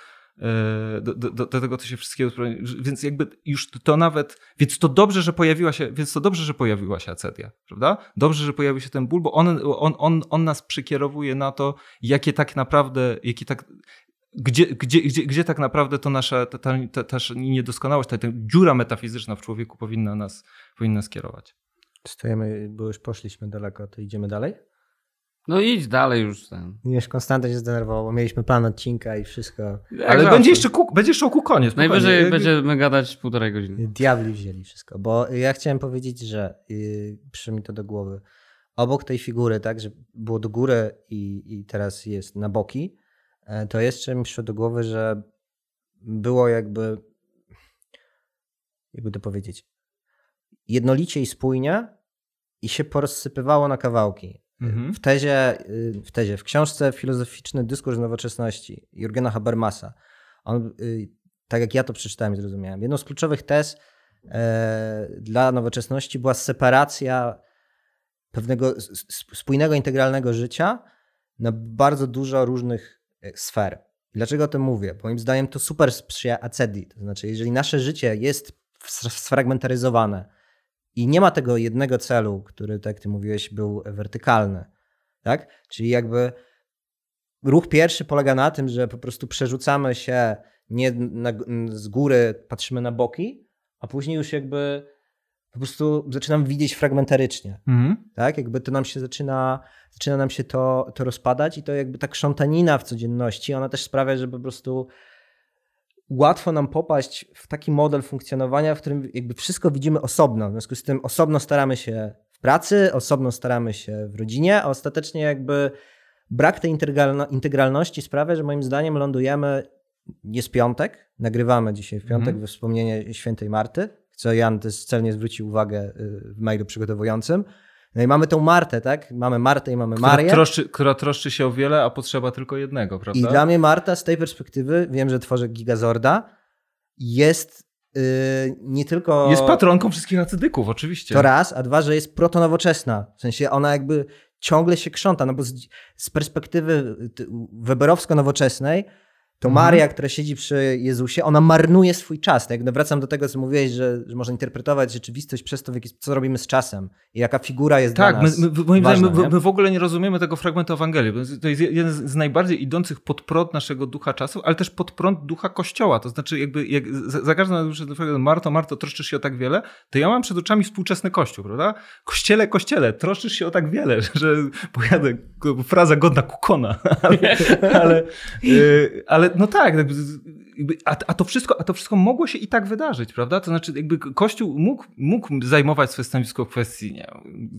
Speaker 3: Do, do, do tego to się wszystkiego, więc jakby już to nawet, więc to dobrze, że pojawiła się, więc to dobrze, że pojawiła się acedia, prawda? Dobrze, że pojawił się ten ból, bo on, on, on, on nas przykierowuje na to, jakie tak naprawdę, jakie tak, gdzie, gdzie, gdzie, gdzie tak naprawdę to nasza, ta, ta, ta, ta niedoskonałość, ta, ta dziura metafizyczna w człowieku powinna nas, powinna nas kierować.
Speaker 2: Stojemy, bo już poszliśmy daleko, to idziemy dalej?
Speaker 1: No idź dalej już ten.
Speaker 2: Wiesz, Konstanty się zdenerwował, bo mieliśmy plan odcinka i wszystko.
Speaker 1: Jak
Speaker 3: Ale
Speaker 1: zawsze.
Speaker 3: będzie jeszcze, kuk, będzie jeszcze o kukonie.
Speaker 1: Najwyżej jak... będziemy gadać półtorej godziny.
Speaker 2: Diabli wzięli wszystko, bo ja chciałem powiedzieć, że yy, przyszło mi to do głowy. Obok tej figury, tak, że było do góry i, i teraz jest na boki, to jeszcze mi przyszło do głowy, że było jakby, jakby to powiedzieć, jednolicie i spójnie i się porozsypywało na kawałki. W tezie, w tezie, w książce Filozoficzny dyskurs nowoczesności Jürgena Habermasa, on, tak jak ja to przeczytałem i zrozumiałem, jedną z kluczowych tez e, dla nowoczesności była separacja pewnego spójnego, integralnego życia na bardzo dużo różnych sfer. Dlaczego o tym mówię? Moim zdaniem to super sprzyja acedii. To znaczy, jeżeli nasze życie jest sfragmentaryzowane, i nie ma tego jednego celu, który, tak jak ty mówiłeś, był wertykalny. Tak? Czyli jakby ruch pierwszy polega na tym, że po prostu przerzucamy się nie na, z góry, patrzymy na boki, a później już jakby po prostu zaczynamy widzieć fragmentarycznie. Mm-hmm. Tak? Jakby to nam się zaczyna, zaczyna nam się to, to rozpadać i to jakby ta krzątanina w codzienności, ona też sprawia, że po prostu łatwo nam popaść w taki model funkcjonowania, w którym jakby wszystko widzimy osobno. W związku z tym osobno staramy się w pracy, osobno staramy się w rodzinie, a ostatecznie jakby brak tej integralności sprawia, że moim zdaniem lądujemy, jest piątek, nagrywamy dzisiaj w piątek mm. we wspomnienie świętej Marty, co Jan też celnie zwrócił uwagę w mailu przygotowującym. No i mamy tą Martę, tak? Mamy Martę i mamy
Speaker 3: która
Speaker 2: Marię.
Speaker 3: Troszczy, która troszczy się o wiele, a potrzeba tylko jednego, prawda?
Speaker 2: I dla mnie Marta z tej perspektywy, wiem, że tworzę Gigazorda, jest yy, nie tylko...
Speaker 3: Jest patronką wszystkich acedyków, oczywiście.
Speaker 2: To raz, a dwa, że jest protonowoczesna. W sensie ona jakby ciągle się krząta, no bo z, z perspektywy weberowsko-nowoczesnej to mhm. Maria, która siedzi przy Jezusie, ona marnuje swój czas. Tak? No wracam do tego, co mówiłeś, że, że można interpretować rzeczywistość przez to, w jaki, co robimy z czasem i jaka figura jest
Speaker 3: tak,
Speaker 2: dla nas
Speaker 3: my, my, moim
Speaker 2: ważna,
Speaker 3: zdaniem my, my w ogóle nie rozumiemy tego fragmentu Ewangelii. To jest jeden z najbardziej idących pod prąd naszego ducha czasów, ale też pod prąd ducha Kościoła. To znaczy jakby jak za, za każdym razem Marto, Marto, troszczysz się o tak wiele, to ja mam przed oczami współczesny Kościół, prawda? Kościele, Kościele, troszczysz się o tak wiele, że, że pojadę, fraza godna Kukona, ale, ale, yy, ale no tak, jakby, A, a, to wszystko, a to wszystko mogło się i tak wydarzyć, prawda? To znaczy jakby Kościół mógł, mógł zajmować swoje stanowisko w kwestii nie,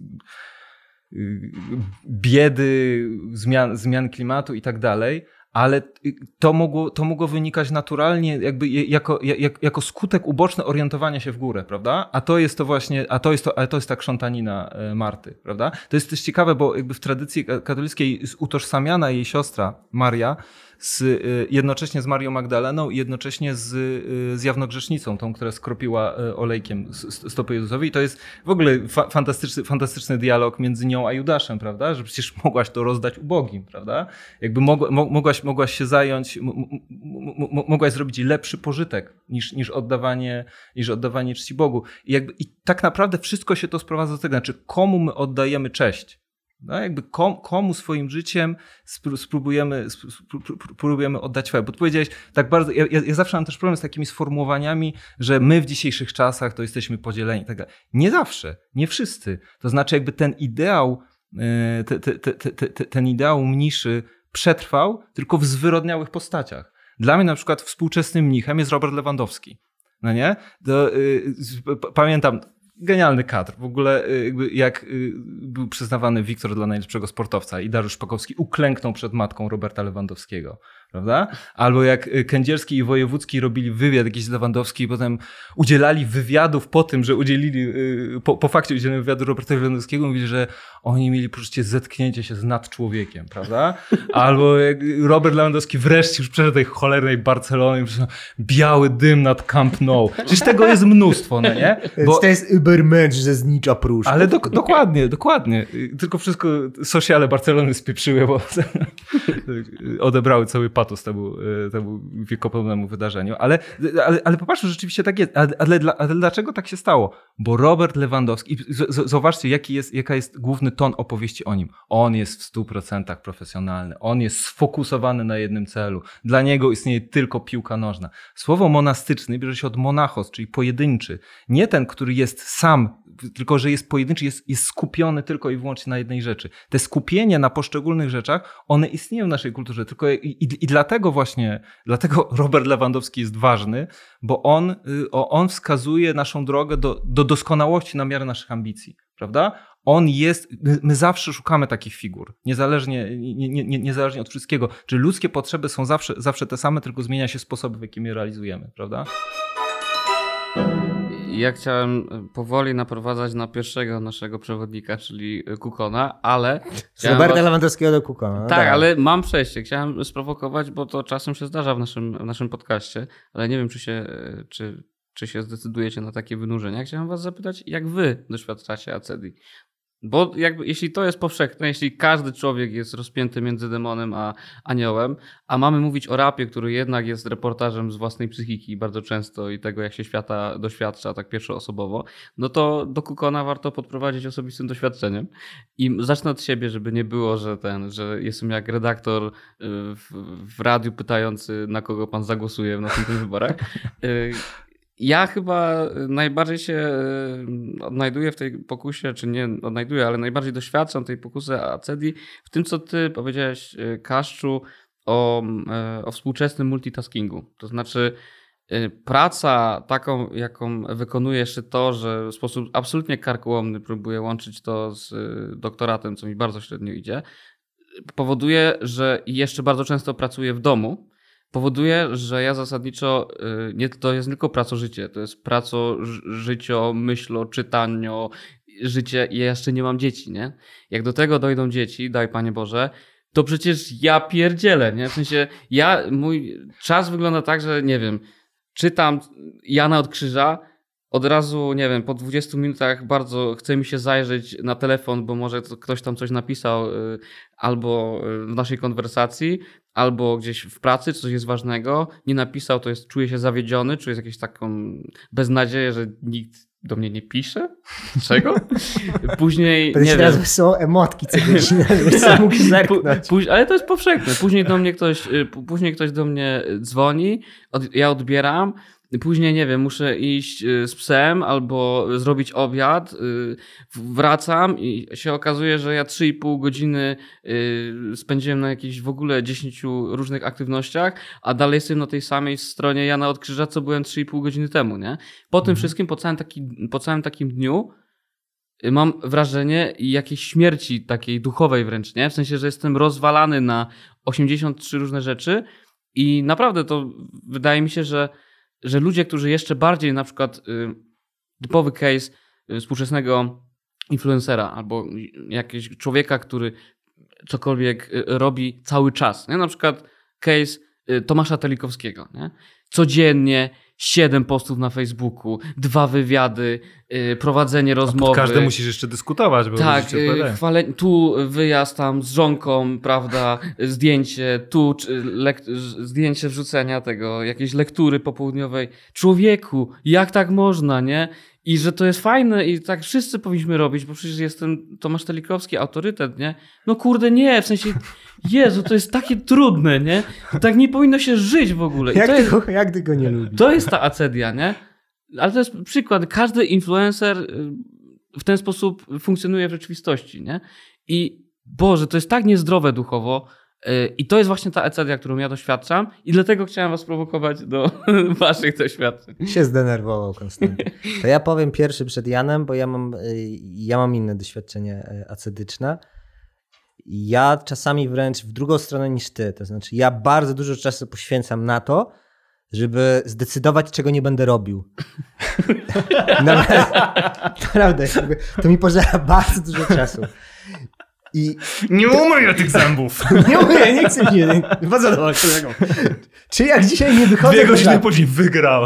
Speaker 3: biedy, zmian, zmian klimatu i tak dalej, ale to mogło, to mogło wynikać naturalnie jakby jako, jak, jako skutek uboczny orientowania się w górę, prawda? A to jest to właśnie, a to jest, to, a to jest ta krzątanina Marty, prawda? To jest też ciekawe, bo jakby w tradycji katolickiej utożsamiana jej siostra Maria z, jednocześnie z Marią Magdaleną i jednocześnie z, z jawnogrzesznicą, tą, która skropiła olejkiem stopy Jezusowi. I to jest w ogóle fa fantastyczny, fantastyczny dialog między nią a Judaszem, prawda? Że przecież mogłaś to rozdać ubogim, prawda? Jakby mogła, mogłaś, mogłaś się zająć, mogłaś zrobić lepszy pożytek niż, niż, oddawanie, niż oddawanie czci Bogu. I, jakby, I tak naprawdę wszystko się to sprowadza do tego, znaczy komu my oddajemy cześć. No, jakby kom, komu swoim życiem spróbujemy, spróbujemy oddać chwałę. Bo ty powiedziałeś tak bardzo, ja, ja zawsze mam też problem z takimi sformułowaniami, że my w dzisiejszych czasach to jesteśmy podzieleni i tak dalej. Nie zawsze, nie wszyscy. To znaczy jakby ten ideał, te, te, te, te, te, ten ideał mniszy przetrwał tylko w zwyrodniałych postaciach. Dla mnie na przykład współczesnym mnichem jest Robert Lewandowski. No nie? To, yy, pamiętam, genialny kadr. W ogóle jakby jak był przyznawany Wiktor dla najlepszego sportowca i Dariusz Szpakowski uklęknął przed matką Roberta Lewandowskiego, prawda? Albo jak Kędzierski i Wojewódzki robili wywiad jakiś z Lewandowski i potem udzielali wywiadów po tym, że udzielili, po, po fakcie udzielenia wywiadu Robertowi Lewandowskiego, mówili, że oni mieli poczucie zetknięcia się z nadczłowiekiem, prawda? Albo jak Robert Lewandowski wreszcie już przeszedł tej cholernej Barcelony, biały dym nad Camp Nou. Przecież tego jest mnóstwo, no nie?
Speaker 2: Bo to jest Übermensch ze znicza Pruszków.
Speaker 3: Ale do, dokładnie, dokładnie. Tylko wszystko sociale Barcelony spieprzyły, bo odebrały cały patos temu, temu wiekopomnemu wydarzeniu. Ale, ale, ale popatrzmy, że rzeczywiście tak jest. Ale, ale, ale dlaczego tak się stało? Bo Robert Lewandowski, z, z, zauważcie, jaki jest, jaka jest główny ton opowieści o nim. On jest w stu procentach profesjonalny. On jest sfokusowany na jednym celu. Dla niego istnieje tylko piłka nożna. Słowo monastyczny bierze się od monachos, czyli pojedynczy. Nie ten, który jest sam, tylko że jest pojedynczy, jest, jest skupiony tylko i wyłącznie na jednej rzeczy. Te skupienia na poszczególnych rzeczach, one istnieją w naszej kulturze. Tylko i, i, i dlatego właśnie, dlatego Robert Lewandowski jest ważny, bo on, on wskazuje naszą drogę do, do doskonałości na miarę naszych ambicji, prawda? On jest, my, my zawsze szukamy takich figur, niezależnie, nie, nie, niezależnie od wszystkiego. Czyli ludzkie potrzeby są zawsze, zawsze te same, tylko zmienia się sposób, w jaki je realizujemy, prawda?
Speaker 1: Ja chciałem powoli naprowadzać na pierwszego naszego przewodnika, czyli Kukona, ale...
Speaker 2: Z Roberta was... Lewandowskiego do Kukona. No
Speaker 1: tak, tak, ale mam przejście. Chciałem sprowokować, bo to czasem się zdarza w naszym, w naszym podcaście, ale nie wiem, czy się, czy, czy się zdecydujecie na takie wynurzenia. Chciałem was zapytać, jak wy doświadczacie acedii? Bo jakby, jeśli to jest powszechne, jeśli każdy człowiek jest rozpięty między demonem a aniołem, a mamy mówić o rapie, który jednak jest reportażem z własnej psychiki bardzo często i tego, jak się świata doświadcza tak pierwszoosobowo, no to do Kukona warto podprowadzić osobistym doświadczeniem. I zacznę od siebie, żeby nie było, że ten, że jestem jak redaktor w, w radiu pytający, na kogo pan zagłosuje w następnych wyborach. Ja chyba najbardziej się odnajduję w tej pokusie, czy nie odnajduję, ale najbardziej doświadczam tej pokusy acedii w tym, co ty powiedziałeś, Kaszczu, o, o współczesnym multitaskingu. To znaczy, praca taką, jaką wykonuję jeszcze to, że w sposób absolutnie karkołomny próbuję łączyć to z doktoratem, co mi bardzo średnio idzie, powoduje, że jeszcze bardzo często pracuję w domu, powoduje, że ja zasadniczo, nie, to jest nie tylko praco-życie, to jest praco-życio, myślo, czytanio, życie i ja jeszcze nie mam dzieci, nie? Jak do tego dojdą dzieci, daj Panie Boże, to przecież ja pierdzielę, nie? W sensie ja, mój czas wygląda tak, że nie wiem, czytam Jana od Krzyża, od razu, nie wiem, po dwudziestu minutach bardzo chce mi się zajrzeć na telefon, bo może ktoś tam coś napisał albo w naszej konwersacji, albo gdzieś w pracy, coś jest ważnego. Nie napisał, to jest, czuję się zawiedziony, czuję jakąś taką beznadzieję, że nikt do mnie nie pisze. Czego? Później, nie
Speaker 2: teraz
Speaker 1: wiem.
Speaker 2: są emotki co godzinę, żebyś sobie mógł zerknąć.
Speaker 1: Póź, ale to jest powszechne. Później do mnie ktoś, później ktoś do mnie dzwoni, od, ja odbieram. Później, nie wiem, muszę iść z psem albo zrobić obiad, wracam i się okazuje, że ja trzy i pół godziny spędziłem na jakichś w ogóle dziesięciu różnych aktywnościach, a dalej jestem na tej samej stronie Jana od Krzyża, co byłem trzy i pół godziny temu, nie? Po tym wszystkim, po całym, taki, po całym takim dniu mam wrażenie jakiejś śmierci takiej duchowej wręcz, nie? W sensie, że jestem rozwalany na osiemdziesiąt trzy różne rzeczy i naprawdę to wydaje mi się, że że ludzie, którzy jeszcze bardziej, na przykład y, typowy case y, współczesnego influencera albo jakiegoś człowieka, który cokolwiek y, robi cały czas. Nie? Na przykład case y, Tomasza Telikowskiego. Nie? Codziennie siedem postów na Facebooku, dwa wywiady, y, prowadzenie rozmowy.
Speaker 3: Każdy musisz jeszcze dyskutować, bo
Speaker 1: tak, y, chwale, tu wyjazd tam z żonką, prawda, zdjęcie, tu lek, zdjęcie wrzucenia tego, jakiejś lektury popołudniowej. Człowieku, jak tak można, nie? I że to jest fajne i tak wszyscy powinniśmy robić, bo przecież jestem Tomasz Telikowski, autorytet, nie? No kurde, nie, w sensie, Jezu, to jest takie trudne, nie? Tak nie powinno się żyć w ogóle. I
Speaker 2: jak,
Speaker 1: to
Speaker 2: ty
Speaker 1: jest,
Speaker 2: go, jak ty go nie lubisz?
Speaker 1: To jest ta acedia, nie? Ale to jest przykład. Każdy influencer w ten sposób funkcjonuje w rzeczywistości, nie? I Boże, to jest tak niezdrowe duchowo i to jest właśnie ta acedia, którą ja doświadczam i dlatego chciałem was prowokować do waszych doświadczeń.
Speaker 2: Się zdenerwował Konstanty. To ja powiem pierwszy przed Janem, bo ja mam, ja mam inne doświadczenie acedyczne. Ja czasami wręcz w drugą stronę niż ty. To znaczy ja bardzo dużo czasu poświęcam na to, żeby zdecydować, czego nie będę robił. Naprawdę, to mi pożera bardzo dużo czasu. I
Speaker 3: nie umyję tych zębów.
Speaker 2: Nie umyję, nie chcę się. Bardzo dobrze. Czy jak dzisiaj nie wychodzę
Speaker 3: Dwie
Speaker 2: do
Speaker 3: godziny
Speaker 2: żabki,
Speaker 3: później wygrał.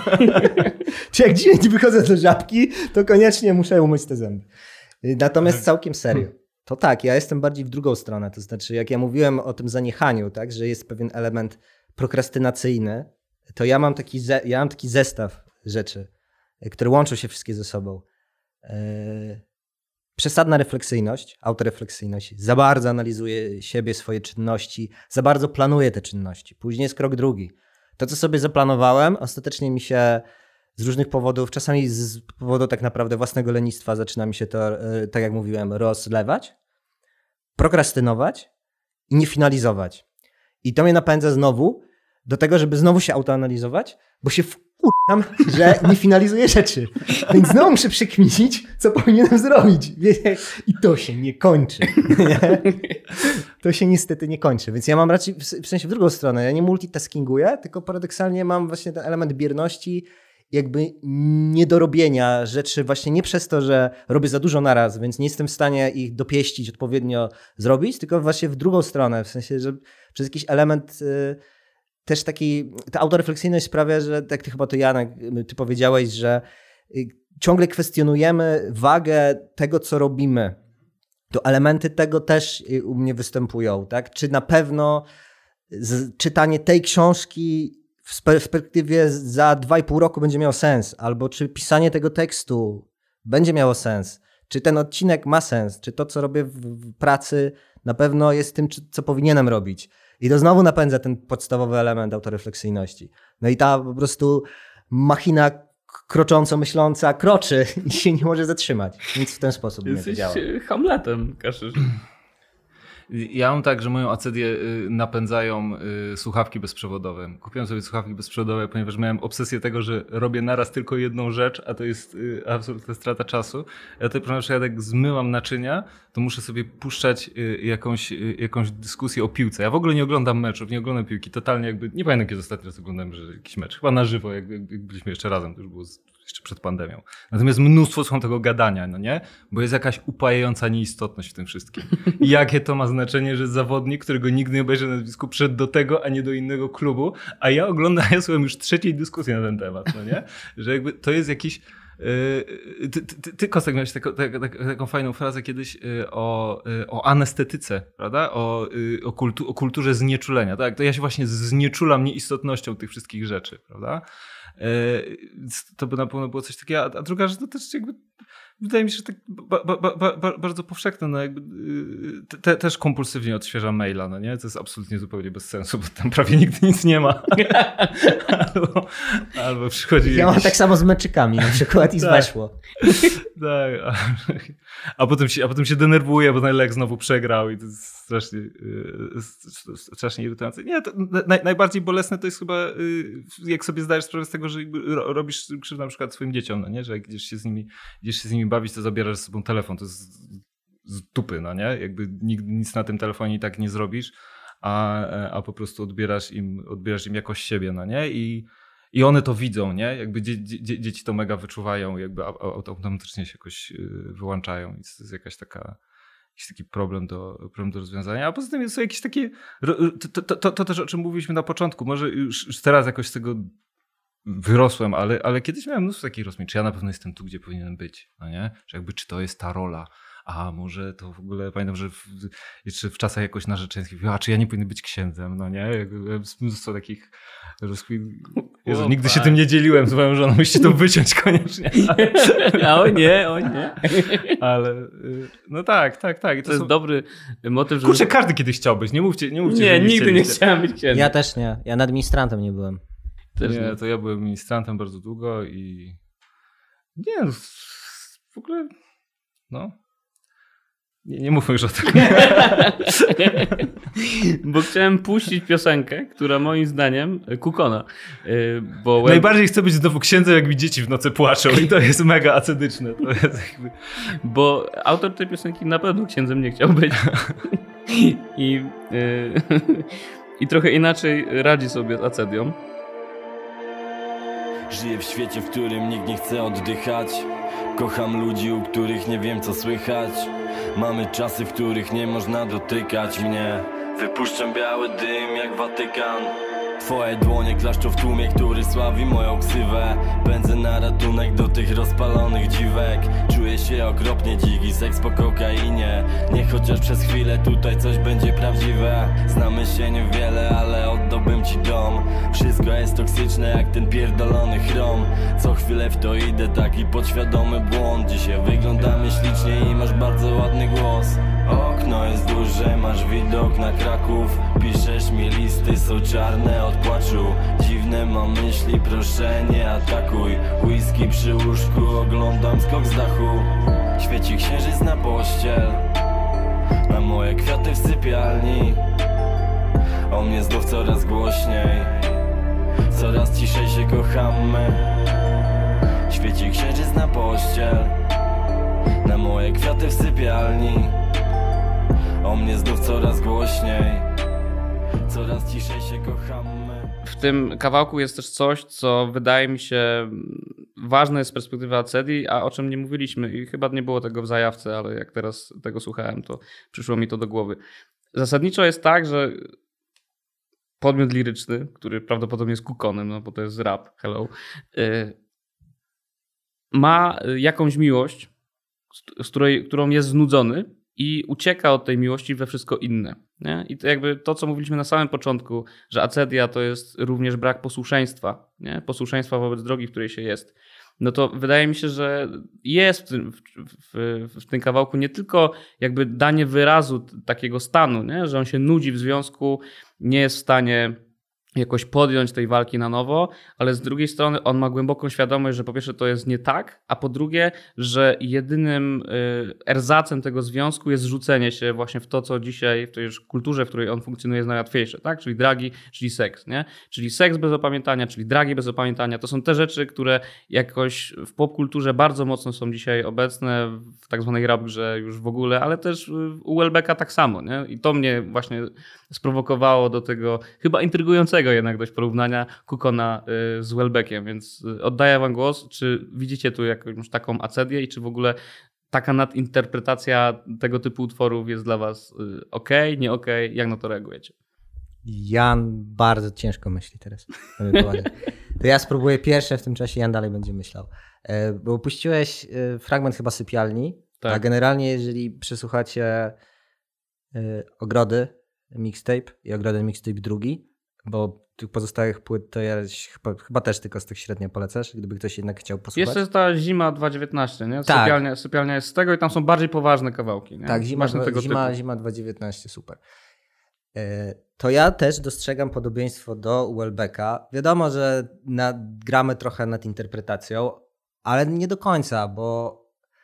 Speaker 2: Czy jak dzisiaj nie wychodzę do żabki, to koniecznie muszę umyć te zęby. Natomiast całkiem serio. To tak, ja jestem bardziej w drugą stronę. To znaczy, jak ja mówiłem o tym zaniechaniu, tak, że jest pewien element prokrastynacyjny, to ja mam taki, ze, ja mam taki zestaw rzeczy, które łączą się wszystkie ze sobą. Yy, przesadna refleksyjność, autorefleksyjność, za bardzo analizuję siebie, swoje czynności, za bardzo planuję te czynności. Później jest krok drugi. To, co sobie zaplanowałem, ostatecznie mi się z różnych powodów, czasami z powodu tak naprawdę własnego lenistwa zaczyna mi się to, yy, tak jak mówiłem, rozlewać, prokrastynować i nie finalizować. I to mnie napędza znowu do tego, żeby znowu się autoanalizować, bo się wkurzam, że nie finalizuję rzeczy. Więc znowu muszę przekminić, co powinienem zrobić. I to się nie kończy. Nie? To się niestety nie kończy. Więc ja mam raczej, w sensie w drugą stronę, ja nie multitaskinguję, tylko paradoksalnie mam właśnie ten element bierności, jakby niedorobienia rzeczy właśnie nie przez to, że robię za dużo naraz, więc nie jestem w stanie ich dopieścić, odpowiednio zrobić, tylko właśnie w drugą stronę, w sensie, że przez jakiś element y, też taki, ta autorefleksyjność sprawia, że tak ty chyba to Janek, ty powiedziałeś, że y, ciągle kwestionujemy wagę tego, co robimy. To elementy tego też y, u mnie występują, tak? Czy na pewno z, czytanie tej książki w perspektywie za dwa i pół roku będzie miało sens, albo czy pisanie tego tekstu będzie miało sens, czy ten odcinek ma sens, czy to, co robię w pracy na pewno jest tym, co powinienem robić. I to znowu napędza ten podstawowy element autorefleksyjności. No i ta po prostu machina krocząco myśląca kroczy i się nie może zatrzymać. Więc w ten sposób mnie to działa.
Speaker 1: Jesteś Hamletem, Kaszysz.
Speaker 3: Ja mam tak, że moją acedię napędzają słuchawki bezprzewodowe. Kupiłem sobie słuchawki bezprzewodowe, ponieważ miałem obsesję tego, że robię naraz tylko jedną rzecz, a to jest absolutna strata czasu. Ja tutaj, ponieważ ja tak zmywam naczynia, to muszę sobie puszczać jakąś, jakąś dyskusję o piłce. Ja w ogóle nie oglądam meczów, nie oglądam piłki. Totalnie jakby, nie pamiętam kiedy ostatni raz oglądałem że jakiś mecz. Chyba na żywo, jak, jak byliśmy jeszcze razem, to już było jeszcze przed pandemią. Natomiast mnóstwo są tego gadania, no nie? Bo jest jakaś upajająca nieistotność w tym wszystkim. I jakie to ma znaczenie, że zawodnik, którego nigdy nie obejrzę na nazwisku, przyszedł do tego, a nie do innego klubu, a ja oglądam, ja słucham już trzeciej dyskusji na ten temat, no nie? Że jakby to jest jakiś... Ty, ty, ty Kostek, miałeś taką, taką, taką fajną frazę kiedyś o, o anestetyce, prawda? O, o, kultu, o kulturze znieczulenia. Tak? To ja się właśnie znieczulam nieistotnością tych wszystkich rzeczy, prawda? To by na pewno było coś takiego. A druga rzecz to też jakby wydaje mi się, że tak ba, ba, ba, ba, bardzo powszechne, no jakby te, też kompulsywnie odświeżam maila, no nie? To jest absolutnie zupełnie bez sensu, bo tam prawie nigdy nic nie ma. albo, albo przychodzi
Speaker 2: Ja
Speaker 3: jakiś...
Speaker 2: mam tak samo z meczykami na przykład i z weszło.
Speaker 3: Tak, a, a, potem się, a potem się denerwuje, bo Lech znowu przegrał i to jest strasznie, strasznie irytujące. Nie, to naj, najbardziej bolesne to jest chyba, jak sobie zdajesz sprawę z tego, że robisz krzywdę na przykład swoim dzieciom, no nie? Że jak idziesz się z nimi, idziesz się z nimi bawić, to zabierasz ze sobą telefon. To jest z dupy, no nie? Jakby nic na tym telefonie i tak nie zrobisz, a, a po prostu odbierasz im, odbierasz im jakość siebie, no nie? I I one to widzą, nie? Jakby dzie, dzie, dzieci to mega wyczuwają, jakby automatycznie się jakoś wyłączają. I to jest jakaś taka, jakiś taki problem do, problem do rozwiązania. A poza tym są jakieś takie, to, to, to, to też o czym mówiliśmy na początku, może już, już teraz jakoś z tego wyrosłem, ale, ale kiedyś miałem mnóstwo takich rozmów, czy ja na pewno jestem tu, gdzie powinienem być, no nie? Że jakby czy to jest ta rola, a może to w ogóle, pamiętam, że w, jeszcze w czasach jakoś narzeczeńskich, a czy ja nie powinien być księdzem, no nie? Jakby mnóstwo takich rozkmin. Jezu, nigdy się tym nie dzieliłem z moją żoną, musicie to wyciąć koniecznie.
Speaker 1: Ale... o nie, o nie.
Speaker 3: Ale no tak, tak, tak. I
Speaker 1: to, to jest
Speaker 3: są...
Speaker 1: dobry motyw, że...
Speaker 3: Kurczę, każdy kiedyś chciał być, nie mówcie, nie mówcie,
Speaker 1: Nie,
Speaker 3: że nie
Speaker 1: nigdy nie chciałem być księdzem.
Speaker 2: Ja też nie, ja nad ministrantem nie byłem.
Speaker 3: Też nie, nie, to ja byłem ministrantem bardzo długo i nie, w ogóle no... Nie, nie mówmy już o tym.
Speaker 1: Bo chciałem puścić piosenkę, która moim zdaniem Kukona. Bo
Speaker 3: Najbardziej chcę być znowu księdzem, jak mi dzieci w nocy płaczą i to jest mega acedyczne. To jest jakby...
Speaker 1: Bo autor tej piosenki na pewno księdzem nie chciał być. I, yy, i trochę inaczej radzi sobie z acedią.
Speaker 4: Żyję w świecie, w którym nikt nie chce oddychać. Kocham ludzi, u których nie wiem co słychać. Mamy czasy, w których nie można dotykać mnie. Wypuszczam biały dym jak Watykan. Twoje dłonie klaszczą w tłumie, który sławi moją ksywę. Pędzę na ratunek do tych rozpalonych dziwek. Czuję się okropnie dziki, seks po kokainie. Niech chociaż przez chwilę tutaj coś będzie prawdziwe. Znamy się niewiele, ale oddałbym ci dom. Wszystko jest toksyczne jak ten pierdolony chrom. Co chwilę w to idę, taki podświadomy błąd. Dzisiaj wyglądamy ślicznie i masz bardzo ładny głos. Okno jest duże, masz widok na Kraków. Piszesz mi listy, są czarne od płaczu. Dziwne mam myśli, proszę nie atakuj. Whisky przy łóżku, oglądam skok z dachu. Świeci księżyc na pościel, na moje kwiaty w sypialni. O mnie znów coraz głośniej, coraz ciszej się kochamy. Świeci księżyc na pościel, na moje kwiaty w sypialni. O mnie znów coraz głośniej, coraz ciszej się kochamy.
Speaker 1: W tym kawałku jest też coś, co wydaje mi się ważne jest z perspektywy acedii, a o czym nie mówiliśmy i chyba nie było tego w zajawce, ale jak teraz tego słuchałem, to przyszło mi to do głowy. Zasadniczo jest tak, że podmiot liryczny, który prawdopodobnie jest Kukonem, no bo to jest rap, hello, yy, ma jakąś miłość, z której, którą jest znudzony i ucieka od tej miłości we wszystko inne. Nie? I to jakby to, co mówiliśmy na samym początku, że acedia to jest również brak posłuszeństwa, nie? Posłuszeństwa wobec drogi, w której się jest. No to wydaje mi się, że jest w tym, w, w, w tym kawałku nie tylko jakby danie wyrazu takiego stanu, nie? Że on się nudzi w związku, nie jest w stanie jakoś podjąć tej walki na nowo, ale z drugiej strony on ma głęboką świadomość, że po pierwsze to jest nie tak, a po drugie, że jedynym erzacem tego związku jest rzucenie się właśnie w to, co dzisiaj w tej już kulturze, w której on funkcjonuje, jest najłatwiejsze, tak? Czyli dragi, czyli seks, nie? Czyli seks bez opamiętania, czyli dragi bez opamiętania. To są te rzeczy, które jakoś w popkulturze bardzo mocno są dzisiaj obecne, w tak zwanej rap grze już w ogóle, ale też u Welbecka tak samo, nie? I to mnie właśnie sprowokowało do tego chyba intrygującego jednak dość porównania Kukona z Welbeckiem, więc oddaję wam głos. Czy widzicie tu jakąś taką acedię i czy w ogóle taka nadinterpretacja tego typu utworów jest dla was okej, nie okej? Jak na to reagujecie?
Speaker 2: Jan bardzo ciężko myśli teraz. To ja spróbuję pierwsze, w tym czasie Jan dalej będzie myślał. Bo puściłeś fragment chyba Sypialni, tak. A generalnie jeżeli przesłuchacie Ogrody mixtape i Ogrody mixtape drugi, bo tych pozostałych płyt to ja chyba, chyba też tylko z tych średnio polecasz, gdyby ktoś jednak chciał posłuchać.
Speaker 1: Jeszcze jest ta Zima dwa dziewiętnaście, nie?
Speaker 2: Tak.
Speaker 1: Sypialnia, sypialnia jest z tego i tam są bardziej poważne kawałki. Nie?
Speaker 2: Tak, Zima,
Speaker 1: tego
Speaker 2: zima,
Speaker 1: typu.
Speaker 2: zima dwa dziewiętnaście, super. To ja też dostrzegam podobieństwo do Welbecka. Wiadomo, że nad, gramy trochę nad interpretacją, ale nie do końca, bo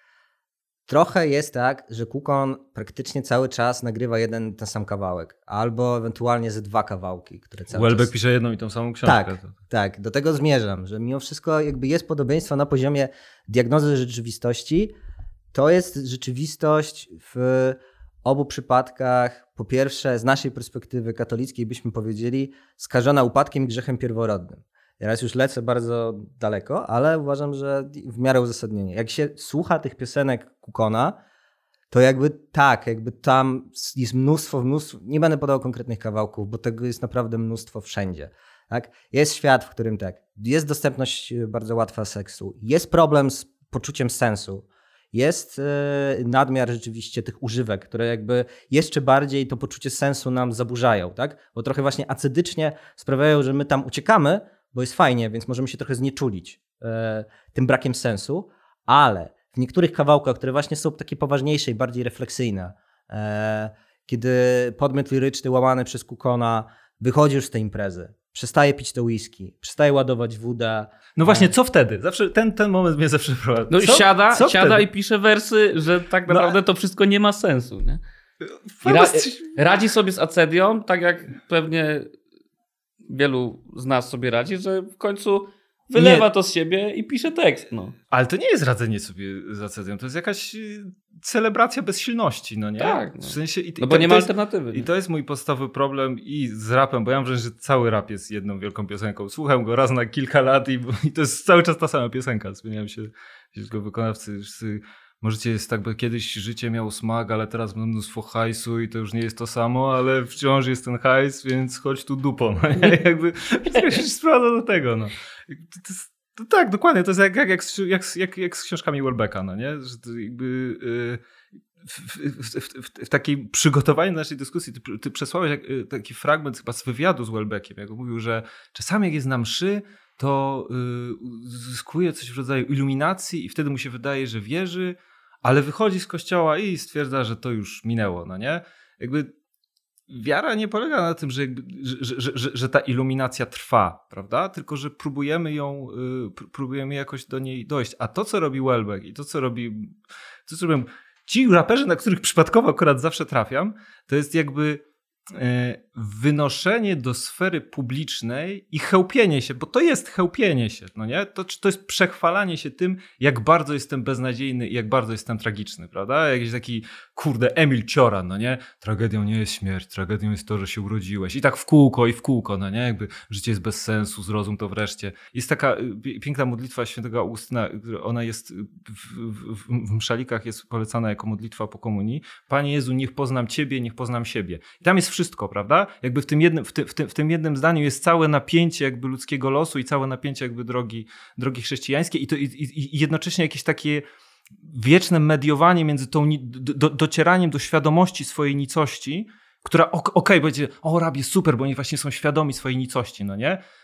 Speaker 2: trochę jest tak, że Kukon praktycznie cały czas nagrywa jeden ten sam kawałek, albo ewentualnie ze dwa kawałki, które cały
Speaker 3: Welbeck
Speaker 2: czas...
Speaker 3: pisze jedną i tą samą książkę.
Speaker 2: Tak, tak, do tego zmierzam, że mimo wszystko jakby jest podobieństwo na poziomie diagnozy rzeczywistości. To jest rzeczywistość w obu przypadkach, po pierwsze z naszej perspektywy katolickiej byśmy powiedzieli, skażona upadkiem i grzechem pierworodnym. Teraz już lecę bardzo daleko, ale uważam, że w miarę uzasadnienie. Jak się słucha tych piosenek Kukona, to jakby tak, jakby tam jest mnóstwo, mnóstwo, nie będę podał konkretnych kawałków, bo tego jest naprawdę mnóstwo wszędzie. Tak? Jest świat, w którym tak, jest dostępność bardzo łatwa seksu, jest problem z poczuciem sensu, jest yy, nadmiar rzeczywiście tych używek, które jakby jeszcze bardziej to poczucie sensu nam zaburzają, tak? Bo trochę właśnie acedycznie sprawiają, że my tam uciekamy, bo jest fajnie, więc możemy się trochę znieczulić e, tym brakiem sensu, ale w niektórych kawałkach, które właśnie są takie poważniejsze i bardziej refleksyjne, e, kiedy podmiot liryczny łamany przez Kukona wychodzi już z tej imprezy, przestaje pić to whisky, przestaje ładować wódę.
Speaker 3: No właśnie, co wtedy? Zawsze ten, ten moment mnie zawsze prowadzi.
Speaker 1: No
Speaker 3: co?
Speaker 1: siada,
Speaker 3: co
Speaker 1: siada i pisze wersy, że tak naprawdę no, to wszystko nie ma sensu. Nie? I ra, radzi sobie z acedią, tak jak pewnie wielu z nas sobie radzi, że w końcu wylewa nie. to z siebie i pisze tekst. No.
Speaker 3: Ale to nie jest radzenie sobie z acedią, to jest jakaś celebracja bezsilności, no nie?
Speaker 1: Tak. No,
Speaker 3: w sensie, i,
Speaker 1: no bo
Speaker 3: to,
Speaker 1: nie ma
Speaker 3: to jest,
Speaker 1: alternatywy.
Speaker 3: I to jest mój podstawowy problem i z rapem, bo ja mam wrażenie, że cały rap jest jedną wielką piosenką. Słucham go raz na kilka lat i, i to jest cały czas ta sama piosenka. Zmieniają się go wykonawcy. Możecie jest tak, bo kiedyś życie miało smak, ale teraz mam mnóstwo hajsu i to już nie jest to samo, ale wciąż jest ten hajs, więc chodź tu dupą. No, jakby się sprowadza do tego. No. To, to, to, tak, dokładnie. To jest jak, jak, jak, jak, jak, jak z książkami Welbecka, no nie? Że to jakby yy, w, w, w, w, w takiej przygotowaniu naszej dyskusji ty, ty przesłałeś jak, taki fragment chyba z wywiadu z Welbeckiem, jak mówił, że czasami jak jest na mszy, to y, zyskuje coś w rodzaju iluminacji i wtedy mu się wydaje, że wierzy, ale wychodzi z kościoła i stwierdza, że to już minęło, no nie? Jakby wiara nie polega na tym, że, jakby, że, że, że, że ta iluminacja trwa, prawda? Tylko, że próbujemy ją, y, próbujemy jakoś do niej dojść. A to, co robi Welbeck i to, co robi, to, co robią ci raperzy, na których przypadkowo akurat zawsze trafiam, to jest jakby wynoszenie do sfery publicznej i chełpienie się, bo to jest chełpienie się, no nie? To, to jest przechwalanie się tym, jak bardzo jestem beznadziejny i jak bardzo jestem tragiczny, prawda? Jakiś taki, kurde, Emil Cioran, no nie? Tragedią nie jest śmierć, tragedią jest to, że się urodziłeś. I tak w kółko i w kółko, no nie? Jakby życie jest bez sensu, zrozum to wreszcie. Jest taka piękna modlitwa świętego Augustyna, ona jest w, w, w mszalikach jest polecana jako modlitwa po komunii. Panie Jezu, niech poznam Ciebie, niech poznam siebie. I tam jest wszystko, prawda? Jakby w tym jednym, w tym, w tym, w tym jednym zdaniu jest całe napięcie jakby ludzkiego losu i całe napięcie jakby drogi, drogi chrześcijańskiej i, to, i, i jednocześnie jakieś takie wieczne mediowanie między tą do, docieraniem do świadomości swojej nicości, która okej, okay, będzie, o rabie super, bo oni właśnie są świadomi swojej nicości, no nie?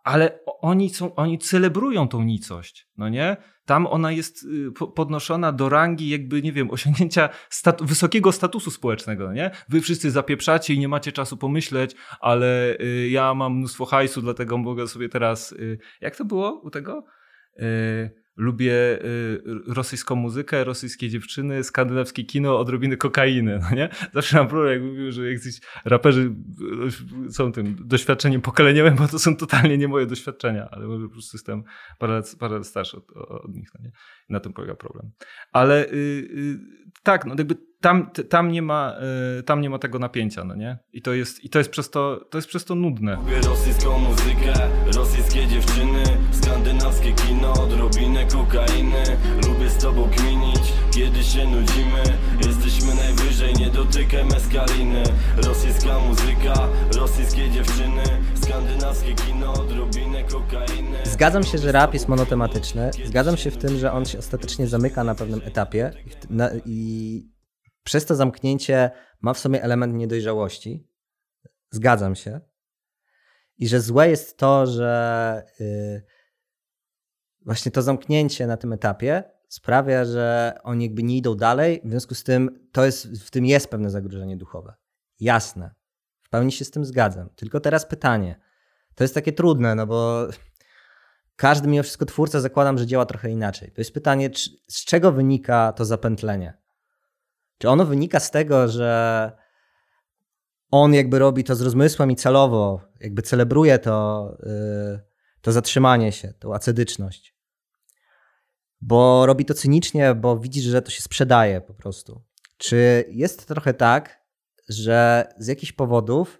Speaker 3: ale oni są, oni celebrują tą nicość, no nie? Tam ona jest podnoszona do rangi jakby, nie wiem, osiągnięcia statu- wysokiego statusu społecznego, no nie? Wy wszyscy zapieprzacie i nie macie czasu pomyśleć, ale y, ja mam mnóstwo hajsu, dlatego mogę sobie teraz... Y, jak to było u tego? Y, lubię y, rosyjską muzykę, rosyjskie dziewczyny, skandynawskie kino, odrobiny kokainy, no nie? Zawsze mam problem, jak mówił, że jacyś raperzy są tym doświadczeniem pokoleniowym, bo to są totalnie nie moje doświadczenia, ale może po prostu jestem parę lat, parę lat starszy od, od nich, no nie? I na tym polega problem. Ale y, y, tak, no jakby tam, tam, nie ma, y, tam nie ma tego napięcia, no nie? I to jest, i to jest przez to, to jest przez to nudne.
Speaker 4: Lubię rosyjską muzykę, rosyjskie dziewczyny, skandynawskie kino, odrobinę kokainy. Lubię z tobą kminić, kiedy się nudzimy. Jesteśmy najwyżej, nie dotykaj meskaliny. Rosyjska muzyka, rosyjskie dziewczyny, skandynawskie kino, odrobinę kokainy.
Speaker 2: Zgadzam się, że rap jest monotematyczny. Zgadzam się w tym, że on się ostatecznie zamyka na pewnym etapie i, w, na, i przez to zamknięcie ma w sobie element niedojrzałości. Zgadzam się. I że złe jest to, że yy, właśnie to zamknięcie na tym etapie sprawia, że oni jakby nie idą dalej, w związku z tym to jest, w tym jest pewne zagrożenie duchowe. Jasne. W pełni się z tym zgadzam. Tylko teraz pytanie. To jest takie trudne, no bo każdy mimo wszystko twórca, zakładam, że działa trochę inaczej. To jest pytanie, czy, z czego wynika to zapętlenie? Czy ono wynika z tego, że on jakby robi to z rozmysłem i celowo, jakby celebruje to, yy, to zatrzymanie się, tą acedyczność. Bo robi to cynicznie, bo widzi, że to się sprzedaje po prostu. Czy jest trochę tak, że z jakichś powodów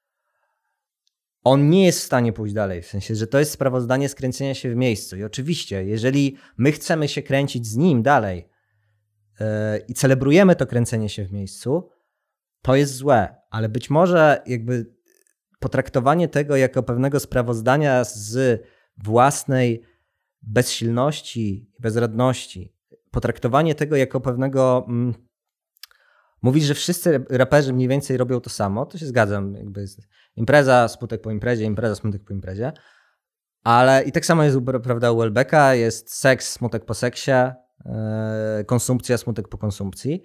Speaker 2: on nie jest w stanie pójść dalej, w sensie, że to jest sprawozdanie skręcenia się w miejscu. I oczywiście, jeżeli my chcemy się kręcić z nim dalej yy, i celebrujemy to kręcenie się w miejscu, to jest złe, ale być może jakby potraktowanie tego jako pewnego sprawozdania z własnej bezsilności i bezradności, potraktowanie tego jako pewnego... Mm, mówić, że wszyscy raperzy mniej więcej robią to samo, to się zgadzam. Jakby jest impreza, smutek po imprezie, impreza, smutek po imprezie. Ale i tak samo jest, prawda, u Welbecka, jest seks, smutek po seksie, yy, konsumpcja, smutek po konsumpcji.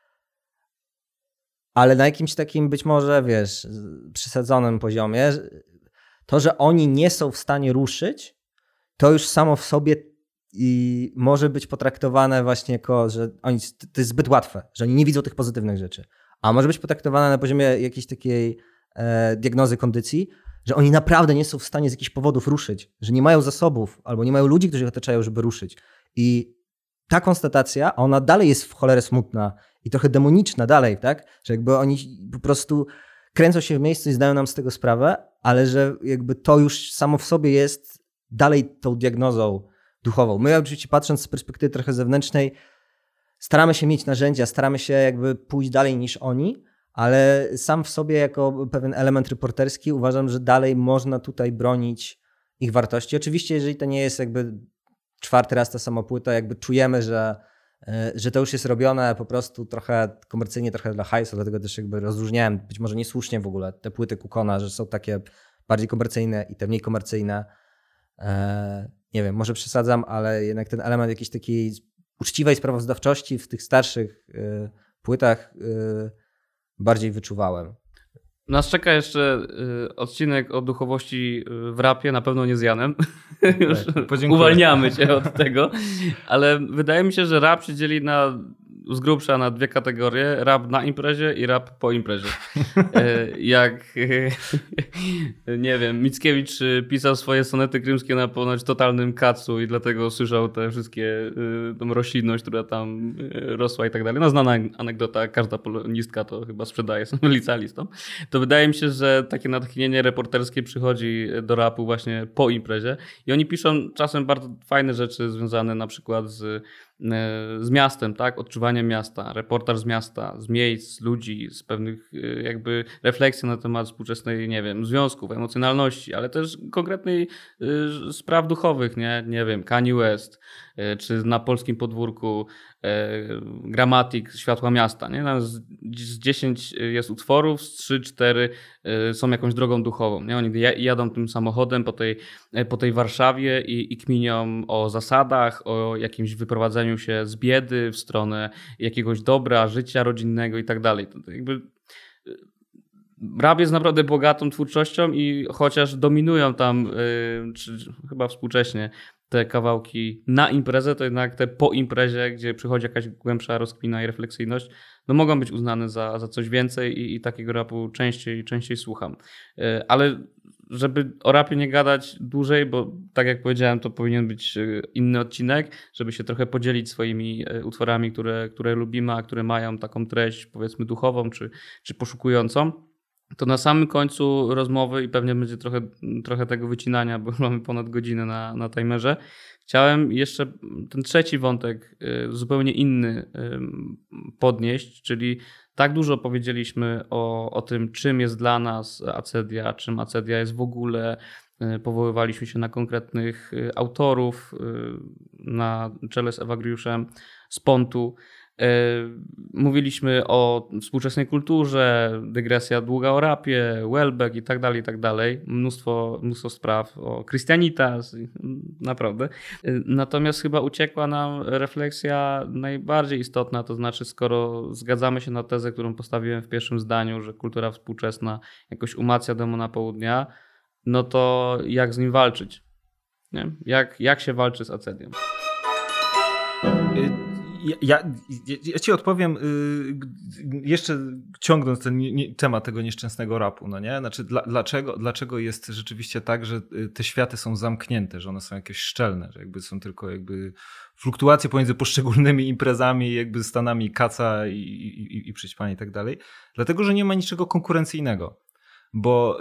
Speaker 2: Ale na jakimś takim być może, wiesz, przesadzonym poziomie, to, że oni nie są w stanie ruszyć, to już samo w sobie i może być potraktowane właśnie jako, że oni, to jest zbyt łatwe, że oni nie widzą tych pozytywnych rzeczy. A może być potraktowane na poziomie jakiejś takiej e, diagnozy kondycji, że oni naprawdę nie są w stanie z jakichś powodów ruszyć, że nie mają zasobów albo nie mają ludzi, którzy ich otaczają, żeby ruszyć. I ta konstatacja, ona dalej jest w cholerę smutna i trochę demoniczna dalej, tak? Że jakby oni po prostu kręcą się w miejscu i zdają nam z tego sprawę, ale że jakby to już samo w sobie jest dalej tą diagnozą duchową. My oczywiście patrząc z perspektywy trochę zewnętrznej staramy się mieć narzędzia, staramy się jakby pójść dalej niż oni, ale sam w sobie jako pewien element reporterski uważam, że dalej można tutaj bronić ich wartości. Oczywiście jeżeli to nie jest jakby czwarty raz ta sama płyta, jakby czujemy, że, że to już jest robione po prostu trochę komercyjnie, trochę dla hajsu, dlatego też jakby rozróżniałem, być może niesłusznie w ogóle, te płyty Kukona, że są takie bardziej komercyjne i te mniej komercyjne. Nie wiem, może przesadzam, ale jednak ten element jakiejś takiej uczciwej sprawozdawczości w tych starszych płytach bardziej wyczuwałem.
Speaker 1: Nas czeka jeszcze y, odcinek o duchowości w rapie, na pewno nie z Janem. Już
Speaker 3: Tak,
Speaker 1: uwalniamy się od tego, ale wydaje mi się, że rap się dzieli na, z grubsza na dwie kategorie. Rap na imprezie i rap po imprezie. y, jak y, nie wiem, Mickiewicz pisał swoje sonety krymskie na ponoć totalnym kacu i dlatego słyszał te wszystkie, y, tą roślinność, która tam y, rosła i tak dalej. No znana anegdota, każda polonistka to chyba sprzedaje swoim licealistom. To wydaje mi się, że takie natchnienie reporterskie przychodzi do rapu właśnie po imprezie i oni piszą czasem bardzo fajne rzeczy związane na przykład z z miastem, tak? Odczuwanie miasta, reportaż z miasta, z miejsc, z ludzi, z pewnych jakby refleksji na temat współczesnej, nie wiem, związków, emocjonalności, ale też konkretnej spraw duchowych, nie? Nie wiem, Kanye West, czy na polskim podwórku Gramatik Światła Miasta, nie? Z dziesięć jest utworów, z trzy cztery są jakąś drogą duchową, nie? Oni jadą tym samochodem po tej, po tej Warszawie i, i kminią o zasadach, o jakimś wyprowadzeniu się z biedy w stronę jakiegoś dobra, życia rodzinnego i tak dalej. To jakby rap jest naprawdę bogatą twórczością i chociaż dominują tam, czy chyba współcześnie, te kawałki na imprezę, to jednak te po imprezie, gdzie przychodzi jakaś głębsza rozkmina i refleksyjność, no mogą być uznane za, za coś więcej i, i takiego rapu częściej, częściej słucham. Ale żeby o rapie nie gadać dłużej, bo tak jak powiedziałem, to powinien być inny odcinek, żeby się trochę podzielić swoimi utworami, które, które lubimy, a które mają taką treść, powiedzmy, duchową czy, czy poszukującą. To na samym końcu rozmowy i pewnie będzie trochę, trochę tego wycinania, bo mamy ponad godzinę na, na timerze. Chciałem jeszcze ten trzeci wątek zupełnie inny podnieść, czyli tak dużo powiedzieliśmy o, o tym, czym jest dla nas Acedia, czym Acedia jest w ogóle. Powoływaliśmy się na konkretnych autorów, na czele z Ewagriuszem z Pontu. Mówiliśmy o współczesnej kulturze, dygresja długa o rapie, Welbeck i tak dalej, i tak dalej. Mnóstwo, mnóstwo spraw o Christianitas, naprawdę. Natomiast chyba uciekła nam refleksja najbardziej istotna, to znaczy skoro zgadzamy się na tezę, którą postawiłem w pierwszym zdaniu, że kultura współczesna jakoś umacnia demona południa, no to jak z nim walczyć? Nie? Jak, jak się walczy z Acedią?
Speaker 3: Ja, ja, ja ci odpowiem yy, jeszcze ciągnąc ten nie, temat tego nieszczęsnego rapu, no nie? Znaczy dla, dlaczego, dlaczego jest rzeczywiście tak, że te światy są zamknięte, że one są jakieś szczelne, że jakby są tylko jakby fluktuacje pomiędzy poszczególnymi imprezami, jakby stanami kaca i, i, i przyćpania i tak dalej. Dlatego, że nie ma niczego konkurencyjnego. Bo,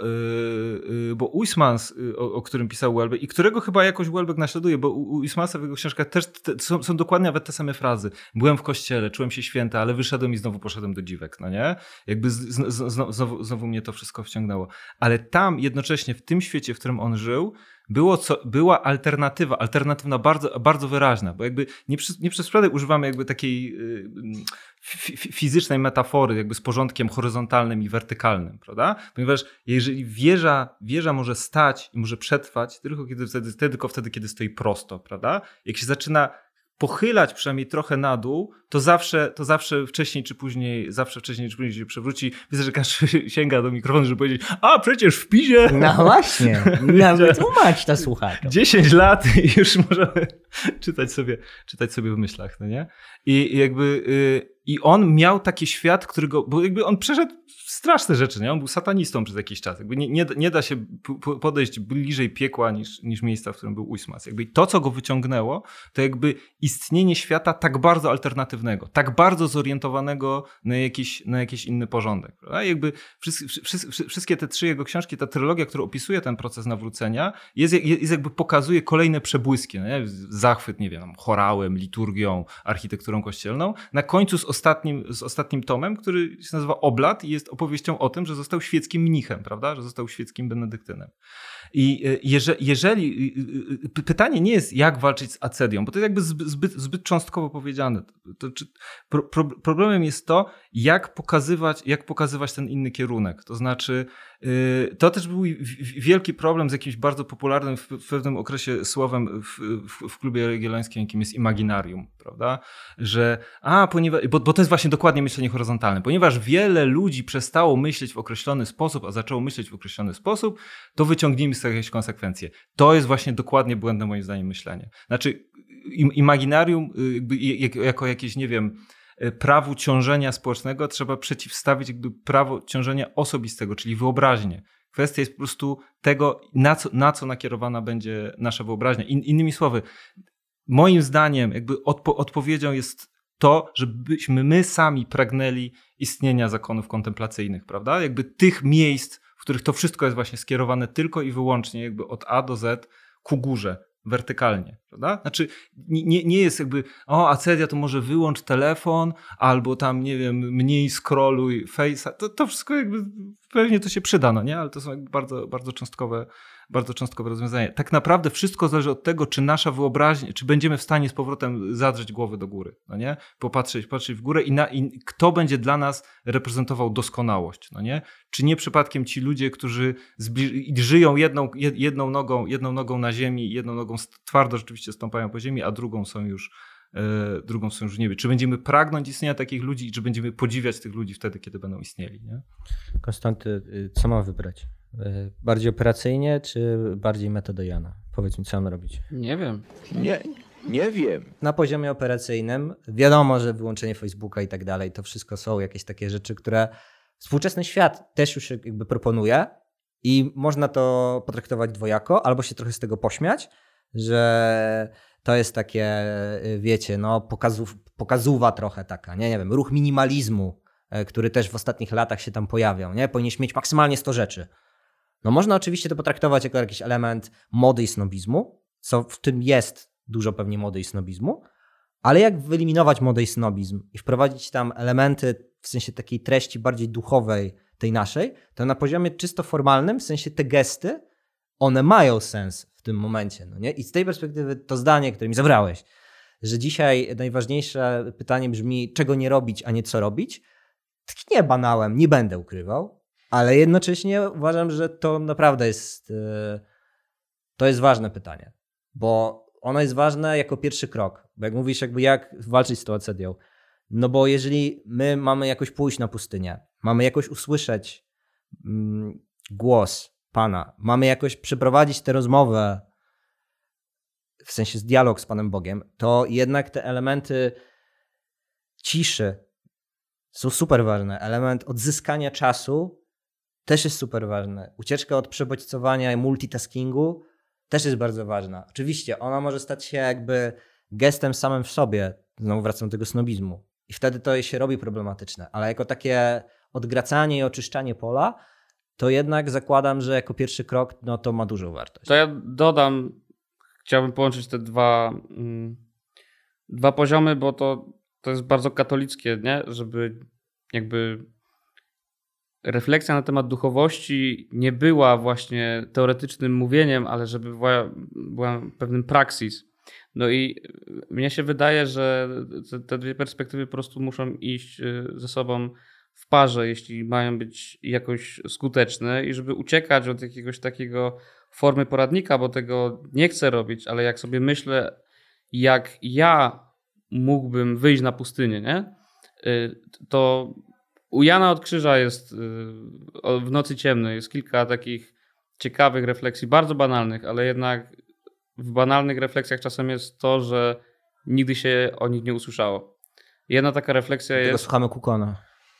Speaker 3: yy, bo Huysmans, yy, o, o którym pisał Welbeck i którego chyba jakoś Welbeck naśladuje, bo u Huysmansa w jego książkach też te, są, są dokładnie nawet te same frazy. Byłem w kościele, czułem się święta, ale wyszedłem i znowu poszedłem do dziwek, no nie? Jakby z, z, z, znowu, znowu mnie to wszystko wciągnęło. Ale tam jednocześnie w tym świecie, w którym on żył, było co, była alternatywa, alternatywna bardzo, bardzo wyraźna, bo jakby nie, przy, nie przez przypadek używamy jakby takiej yy, fizycznej metafory jakby z porządkiem horyzontalnym i wertykalnym, prawda? Ponieważ jeżeli wieża, wieża może stać i może przetrwać tylko kiedy, wtedy, tylko wtedy, kiedy stoi prosto, prawda? Jak się zaczyna pochylać przynajmniej trochę na dół, to zawsze, to zawsze wcześniej czy później, zawsze wcześniej czy później się przewróci. Widzę, że każdy sięga do mikrofonu, żeby powiedzieć, a przecież w pizie.
Speaker 2: No właśnie, nawet tłumacz to słuchaczom.
Speaker 3: dziesięć lat i już możemy czytać sobie, czytać sobie w myślach, no nie? I jakby, yy, i on miał taki świat, którego, bo jakby on przeszedł straszne rzeczy, nie? On był satanistą przez jakiś czas. Jakby nie, nie, nie da się podejść bliżej piekła niż, niż miejsca, w którym był Huysmans. Jakby to, co go wyciągnęło, to jakby istnienie świata tak bardzo alternatywnego, tak bardzo zorientowanego na jakiś, na jakiś inny porządek. Prawda? Jakby wszyscy, wszyscy, wszystkie te trzy jego książki, ta trylogia, która opisuje ten proces nawrócenia, jest, jest jakby pokazuje kolejne przebłyski. No nie? Zachwyt, nie wiem, chorałem, liturgią, architekturą kościelną. Na końcu z ostatnim, z ostatnim tomem, który się nazywa Oblat i jest opowieścią o tym, że został świeckim mnichem, prawda? Że został świeckim benedyktynem. I jeżeli, jeżeli pytanie nie jest, jak walczyć z Acedią, bo to jest jakby zbyt, zbyt cząstkowo powiedziane. To, czy, pro, pro, problemem jest to, jak pokazywać, jak pokazywać ten inny kierunek. To znaczy, yy, to też był wielki problem z jakimś bardzo popularnym w, w pewnym okresie słowem w, w, w klubie jagiellońskim, jakim jest imaginarium, prawda? Że, a, ponieważ, bo, bo to jest właśnie dokładnie myślenie horyzontalne. Ponieważ wiele ludzi przestało myśleć w określony sposób, a zaczęło myśleć w określony sposób, to wyciągnijmy z tego jakieś konsekwencje. To jest właśnie dokładnie błędne moim zdaniem myślenie. Znaczy, imaginarium jakby jako jakieś, nie wiem, prawu ciążenia społecznego trzeba przeciwstawić jakby prawo ciążenia osobistego, czyli wyobraźnię. Kwestia jest po prostu tego, na co, na co nakierowana będzie nasza wyobraźnia. In, innymi słowy, moim zdaniem jakby odpo, odpowiedzią jest to, żebyśmy my sami pragnęli istnienia zakonów kontemplacyjnych, prawda? Jakby tych miejsc, w których to wszystko jest właśnie skierowane tylko i wyłącznie jakby od A do Z ku górze. wertykalnie, prawda? Znaczy nie, nie jest jakby, o, acedia to może wyłącz telefon, albo tam, nie wiem, mniej scrolluj Face'a. To, to wszystko jakby pewnie to się przyda, no nie? Ale to są jakby bardzo, bardzo cząstkowe, bardzo cząstkowe rozwiązania. Tak naprawdę wszystko zależy od tego, czy nasza wyobraźnia, czy będziemy w stanie z powrotem zadrzeć głowy do góry, no nie? Popatrzeć, patrzeć w górę i, na, i kto będzie dla nas reprezentował doskonałość, no nie? Czy nie przypadkiem ci ludzie, którzy zbli- żyją jedną, jedną, nogą, jedną nogą na ziemi, jedną nogą twardo rzeczywiście stąpają po ziemi, a drugą są już yy, drugą są już w niebie. Czy będziemy pragnąć istnienia takich ludzi, czy będziemy podziwiać tych ludzi wtedy, kiedy będą istnieli, nie?
Speaker 2: Konstanty, co mam wybrać? Bardziej operacyjnie, czy bardziej metodą Jana? Powiedz mi, co mam robić.
Speaker 1: Nie wiem.
Speaker 5: Nie, nie wiem.
Speaker 2: Na poziomie operacyjnym wiadomo, że wyłączenie Facebooka i tak dalej, to wszystko są jakieś takie rzeczy, które współczesny świat też już jakby proponuje i można to potraktować dwojako, albo się trochę z tego pośmiać, że to jest takie, wiecie, no pokazów, pokazuwa trochę taka, nie, nie wiem, ruch minimalizmu, który też w ostatnich latach się tam pojawiał, nie? Powinieneś mieć maksymalnie sto rzeczy. No można oczywiście to potraktować jako jakiś element mody i snobizmu, co w tym jest dużo pewnie mody i snobizmu, ale jak wyeliminować modę i snobizm i wprowadzić tam elementy w sensie takiej treści bardziej duchowej tej naszej, to na poziomie czysto formalnym, w sensie te gesty, one mają sens w tym momencie. No nie? I z tej perspektywy to zdanie, które mi zabrałeś, że dzisiaj najważniejsze pytanie brzmi, czego nie robić, a nie co robić, tak nie banałem, nie będę ukrywał, ale jednocześnie uważam, że to naprawdę jest, to jest ważne pytanie, bo ono jest ważne jako pierwszy krok, bo jak mówisz, jakby jak walczyć z tą acedią, no bo jeżeli my mamy jakoś pójść na pustynię, mamy jakoś usłyszeć mm, głos Pana, mamy jakoś przeprowadzić tę rozmowę, w sensie z dialog z Panem Bogiem, to jednak te elementy ciszy są super ważne. Element odzyskania czasu też jest super ważny. Ucieczka od przebodźcowania i multitaskingu też jest bardzo ważna. Oczywiście ona może stać się jakby gestem samym w sobie. Znowu wracam do tego snobizmu. I wtedy to się robi problematyczne. Ale jako takie odgracanie i oczyszczanie pola, to jednak zakładam, że jako pierwszy krok no to ma dużą wartość.
Speaker 1: To ja dodam, chciałbym połączyć te dwa, mm, dwa poziomy, bo to, to jest bardzo katolickie, nie? Żeby jakby refleksja na temat duchowości nie była właśnie teoretycznym mówieniem, ale żeby była, była pewnym praksis. No i mnie się wydaje, że te, te dwie perspektywy po prostu muszą iść ze sobą w parze, jeśli mają być jakoś skuteczne i żeby uciekać od jakiegoś takiego formy poradnika, bo tego nie chcę robić, ale jak sobie myślę, jak ja mógłbym wyjść na pustynię, nie? To u Jana od Krzyża jest w Nocy Ciemnej, jest kilka takich ciekawych refleksji, bardzo banalnych, ale jednak w banalnych refleksjach czasem jest to, że nigdy się o nich nie usłyszało. Jedna taka refleksja
Speaker 2: Dlatego
Speaker 1: jest...
Speaker 2: słuchamy Kukona.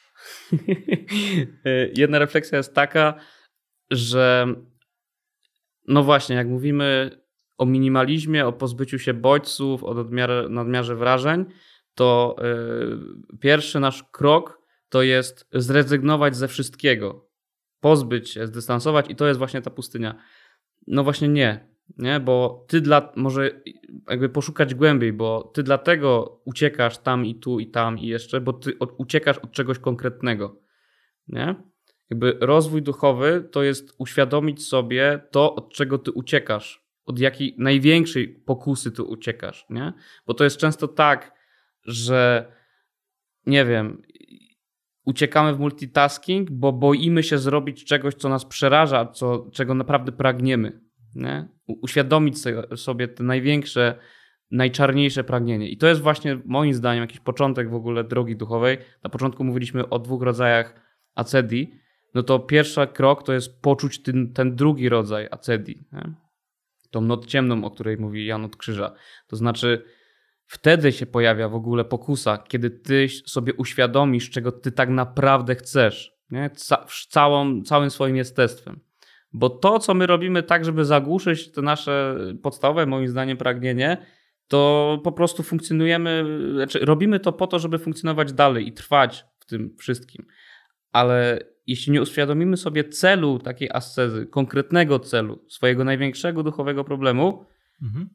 Speaker 1: Jedna refleksja jest taka, że no właśnie, jak mówimy o minimalizmie, o pozbyciu się bodźców, o nadmiarze, nadmiarze wrażeń, to yy, pierwszy nasz krok to jest zrezygnować ze wszystkiego. Pozbyć się, zdystansować i to jest właśnie ta pustynia. No właśnie nie. Nie, bo ty dla, może jakby poszukać głębiej, bo ty dlatego uciekasz tam i tu i tam i jeszcze, bo ty od, uciekasz od czegoś konkretnego. Nie? Jakby rozwój duchowy to jest uświadomić sobie to, od czego ty uciekasz, od jakiej największej pokusy ty uciekasz, nie? Bo to jest często tak, że nie wiem, uciekamy w multitasking, bo boimy się zrobić czegoś, co nas przeraża, co, czego naprawdę pragniemy. Nie? Uświadomić sobie te największe, najczarniejsze pragnienie. I to jest właśnie moim zdaniem jakiś początek w ogóle drogi duchowej. Na początku mówiliśmy o dwóch rodzajach acedii. No to pierwszy krok to jest poczuć ten, ten drugi rodzaj acedii. Nie? Tą noc ciemną, o której mówi Jan od Krzyża. To znaczy wtedy się pojawia w ogóle pokusa, kiedy ty sobie uświadomisz, czego ty tak naprawdę chcesz. Nie? Ca- całą, całym swoim jestestwem. Bo to, co my robimy tak, żeby zagłuszyć to nasze podstawowe, moim zdaniem, pragnienie, to po prostu funkcjonujemy, znaczy robimy to po to, żeby funkcjonować dalej i trwać w tym wszystkim. Ale jeśli nie uświadomimy sobie celu takiej ascezy, konkretnego celu, swojego największego duchowego problemu,
Speaker 3: Mhm.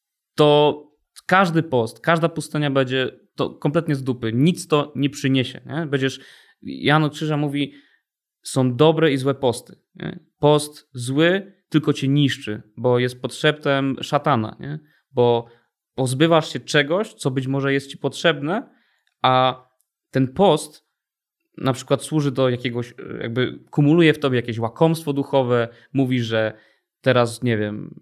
Speaker 1: to każdy post, każda pustynia będzie to kompletnie z dupy. Nic to nie przyniesie. Nie? Będziesz, Jan od Krzyża mówi, są dobre i złe posty. Nie? Post zły tylko cię niszczy, bo jest podszeptem szatana. Nie? Bo pozbywasz się czegoś, co być może jest ci potrzebne, a ten post na przykład służy do jakiegoś, jakby kumuluje w tobie jakieś łakomstwo duchowe, mówi, że teraz, nie wiem,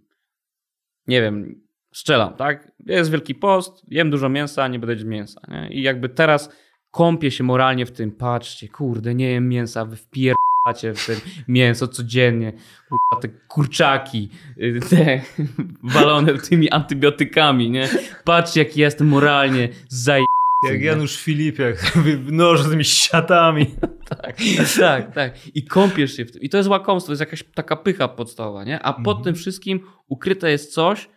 Speaker 1: nie wiem, strzelam, tak? Jest Wielki Post, jem dużo mięsa, nie będę jeść mięsa. Nie? I jakby teraz kąpię się moralnie w tym, patrzcie, kurde, nie jem mięsa, wy wpierdacie w tym mięso codziennie, kurwa, te kurczaki, te walone tymi antybiotykami, nie? Patrzcie, jaki jestem moralnie zaj...
Speaker 3: Jak Janusz Filipiak, noż z tymi siatami.
Speaker 1: Tak, tak, tak. I kąpiesz się w tym. I to jest łakomstwo, to jest jakaś taka pycha podstawowa, nie? A pod
Speaker 3: Mhm.
Speaker 1: tym wszystkim ukryte jest coś,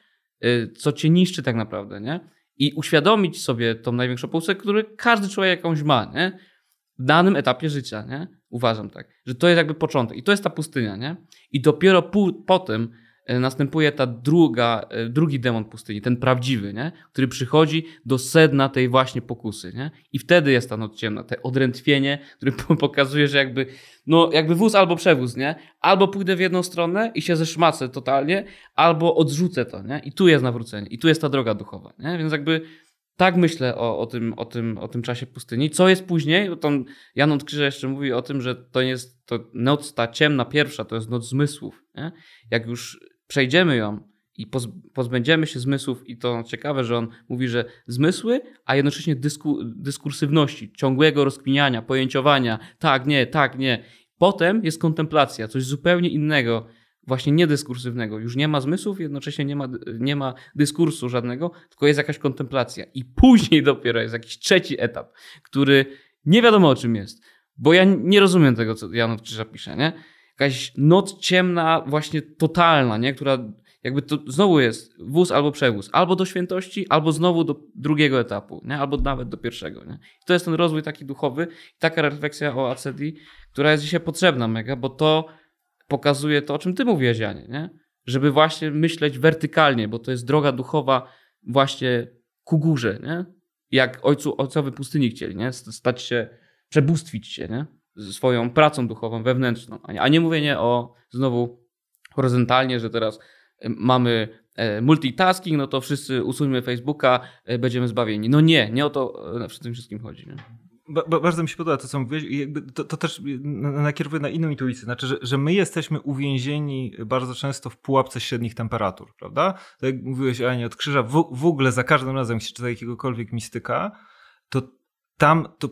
Speaker 1: co cię niszczy tak naprawdę, nie? I uświadomić sobie tą największą pulsę, który każdy człowiek jakąś ma, nie? W danym etapie życia, nie? Uważam tak, że to jest jakby początek. I to jest ta pustynia, nie? I dopiero pół, potem następuje ta druga, drugi demon pustyni, ten prawdziwy, nie? Który przychodzi do sedna tej właśnie pokusy, nie? I wtedy jest ta noc ciemna, te odrętwienie, które pokazuje, że jakby, no jakby wóz albo przewóz, nie? Albo pójdę w jedną stronę i się zeszmacę totalnie, albo odrzucę to, nie? I tu jest nawrócenie, i tu jest ta droga duchowa, nie? Więc jakby tak myślę o, o, tym, o, tym, o tym czasie pustyni. Co jest później? Bo tam Jan od Krzyża jeszcze mówi o tym, że to jest to noc ta ciemna pierwsza, to jest noc zmysłów, nie? Jak już przejdziemy ją i pozbędziemy się zmysłów, i to ciekawe, że on mówi, że zmysły, a jednocześnie dysku, dyskursywności, ciągłego rozkminiania, pojęciowania, tak, nie, tak, nie. Potem jest kontemplacja, coś zupełnie innego, właśnie niedyskursywnego. Już nie ma zmysłów, jednocześnie nie ma, nie ma dyskursu żadnego, tylko jest jakaś kontemplacja. I później dopiero jest jakiś trzeci etap, który nie wiadomo o czym jest, bo ja nie rozumiem tego, co Jan od Krzyża pisze, nie? Jakaś noc ciemna, właśnie totalna, nie? Która jakby to znowu jest wóz albo przewóz, albo do świętości, albo znowu do drugiego etapu, nie? Albo nawet do pierwszego. Nie? I to jest ten rozwój taki duchowy, taka refleksja o Acedii, która jest dzisiaj potrzebna mega, bo to pokazuje to, o czym ty mówiłeś, Janie, nie? Żeby właśnie myśleć wertykalnie, bo to jest droga duchowa właśnie ku górze, nie? Jak ojcu, ojcowie pustyni chcieli, nie? Stać się, przebóstwić się, nie? Swoją pracą duchową, wewnętrzną. A nie mówienie o znowu horyzontalnie, że teraz mamy multitasking, no to wszyscy usuńmy Facebooka, będziemy zbawieni. No nie, nie o to przy tym wszystkim chodzi. Nie?
Speaker 3: Ba- ba- bardzo mi się podoba to, co mówiłeś, i jakby to, to też nakierowuje na inną intuicję. Znaczy, że, że my jesteśmy uwięzieni bardzo często w pułapce średnich temperatur, prawda? Tak jak mówiłeś, Anie, od Krzyża, w, w ogóle za każdym razem, jak się czyta jakiegokolwiek mistyka, to tam to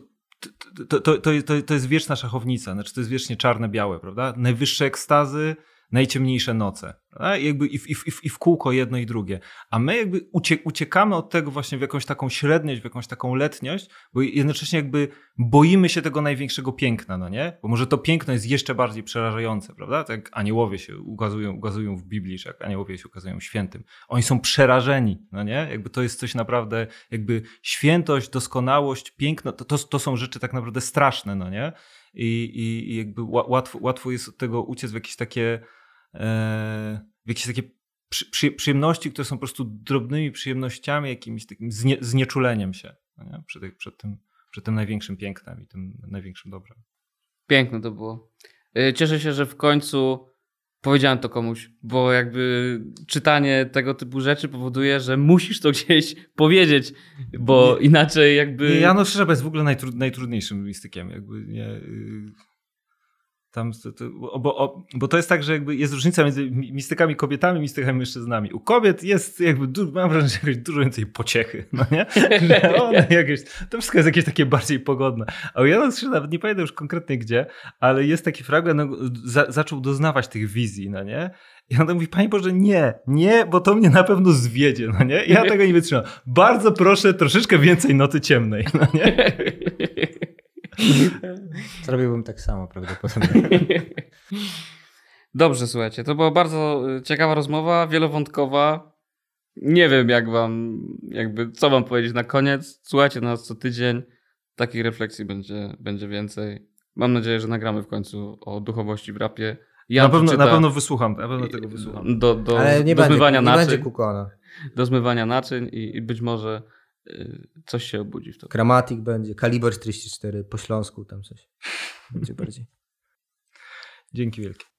Speaker 3: To, to, to, to, to jest wieczna szachownica, znaczy to jest wiecznie czarne-białe, prawda? Najwyższe ekstazy, najciemniejsze noce. A jakby i, w, i, w, i w kółko jedno i drugie. A my jakby ucie, uciekamy od tego właśnie w jakąś taką średniość, w jakąś taką letniość, bo jednocześnie jakby boimy się tego największego piękna, no nie? Bo może to piękno jest jeszcze bardziej przerażające, prawda? Tak jak aniołowie się ukazują, ukazują w Biblii, czy jak aniołowie się ukazują świętym. Oni są przerażeni, no nie? Jakby to jest coś naprawdę, jakby świętość, doskonałość, piękno, to, to, to są rzeczy tak naprawdę straszne, no nie? I, i, i jakby łatwo, łatwo jest od tego uciec w jakieś takie w jakieś takie przy, przy, przyjemności, które są po prostu drobnymi przyjemnościami, jakimś takim znie, znieczuleniem się, no nie? Przed, przed, tym, przed tym największym pięknem i tym największym dobrem.
Speaker 1: Piękne to było. Cieszę się, że w końcu powiedziałem to komuś, bo jakby czytanie tego typu rzeczy powoduje, że musisz to gdzieś powiedzieć, bo nie, inaczej jakby...
Speaker 3: Nie, Janusz Szerba jest w ogóle najtrud, najtrudniejszym mistykiem. Jakby nie... Tam, to, to, bo, o, bo to jest tak, że jakby jest różnica między mistykami kobietami i mistykami mężczyznami. U kobiet jest jakby, du- mam wrażenie, że jakoś dużo więcej pociechy, no nie? Że one jakieś, to wszystko jest jakieś takie bardziej pogodne. A u Jana Krzyża, nawet nie pamiętam już konkretnie gdzie, ale jest taki fragment, no, za, zaczął doznawać tych wizji, no nie? I on mówi, Panie Boże, nie, nie, bo to mnie na pewno zwiedzie, no nie? Ja tego nie wytrzymam. Bardzo proszę, troszeczkę więcej nocy ciemnej, no nie?
Speaker 2: Zrobiłbym tak samo prawdopodobnie.
Speaker 1: Dobrze, słuchajcie, to była bardzo ciekawa rozmowa, wielowątkowa. Nie wiem, jak wam, jakby, co wam powiedzieć na koniec. Słuchajcie nas co tydzień. Takich refleksji będzie, będzie więcej. Mam nadzieję, że nagramy w końcu o duchowości w rapie. Jan
Speaker 3: na, pewno,
Speaker 1: przeczyta
Speaker 3: na pewno wysłucham, na pewno tego wysłucham.
Speaker 1: Do, do,
Speaker 2: Ale nie
Speaker 1: do
Speaker 2: będzie,
Speaker 1: zmywania
Speaker 2: nie
Speaker 1: naczyń,
Speaker 2: będzie Kukona.
Speaker 1: do zmywania naczyń i, i być może y, coś się obudzi w to.
Speaker 2: Gramatik będzie, kaliber czterdzieści cztery, po śląsku tam coś. Będzie bardziej.
Speaker 3: Dzięki wielkie.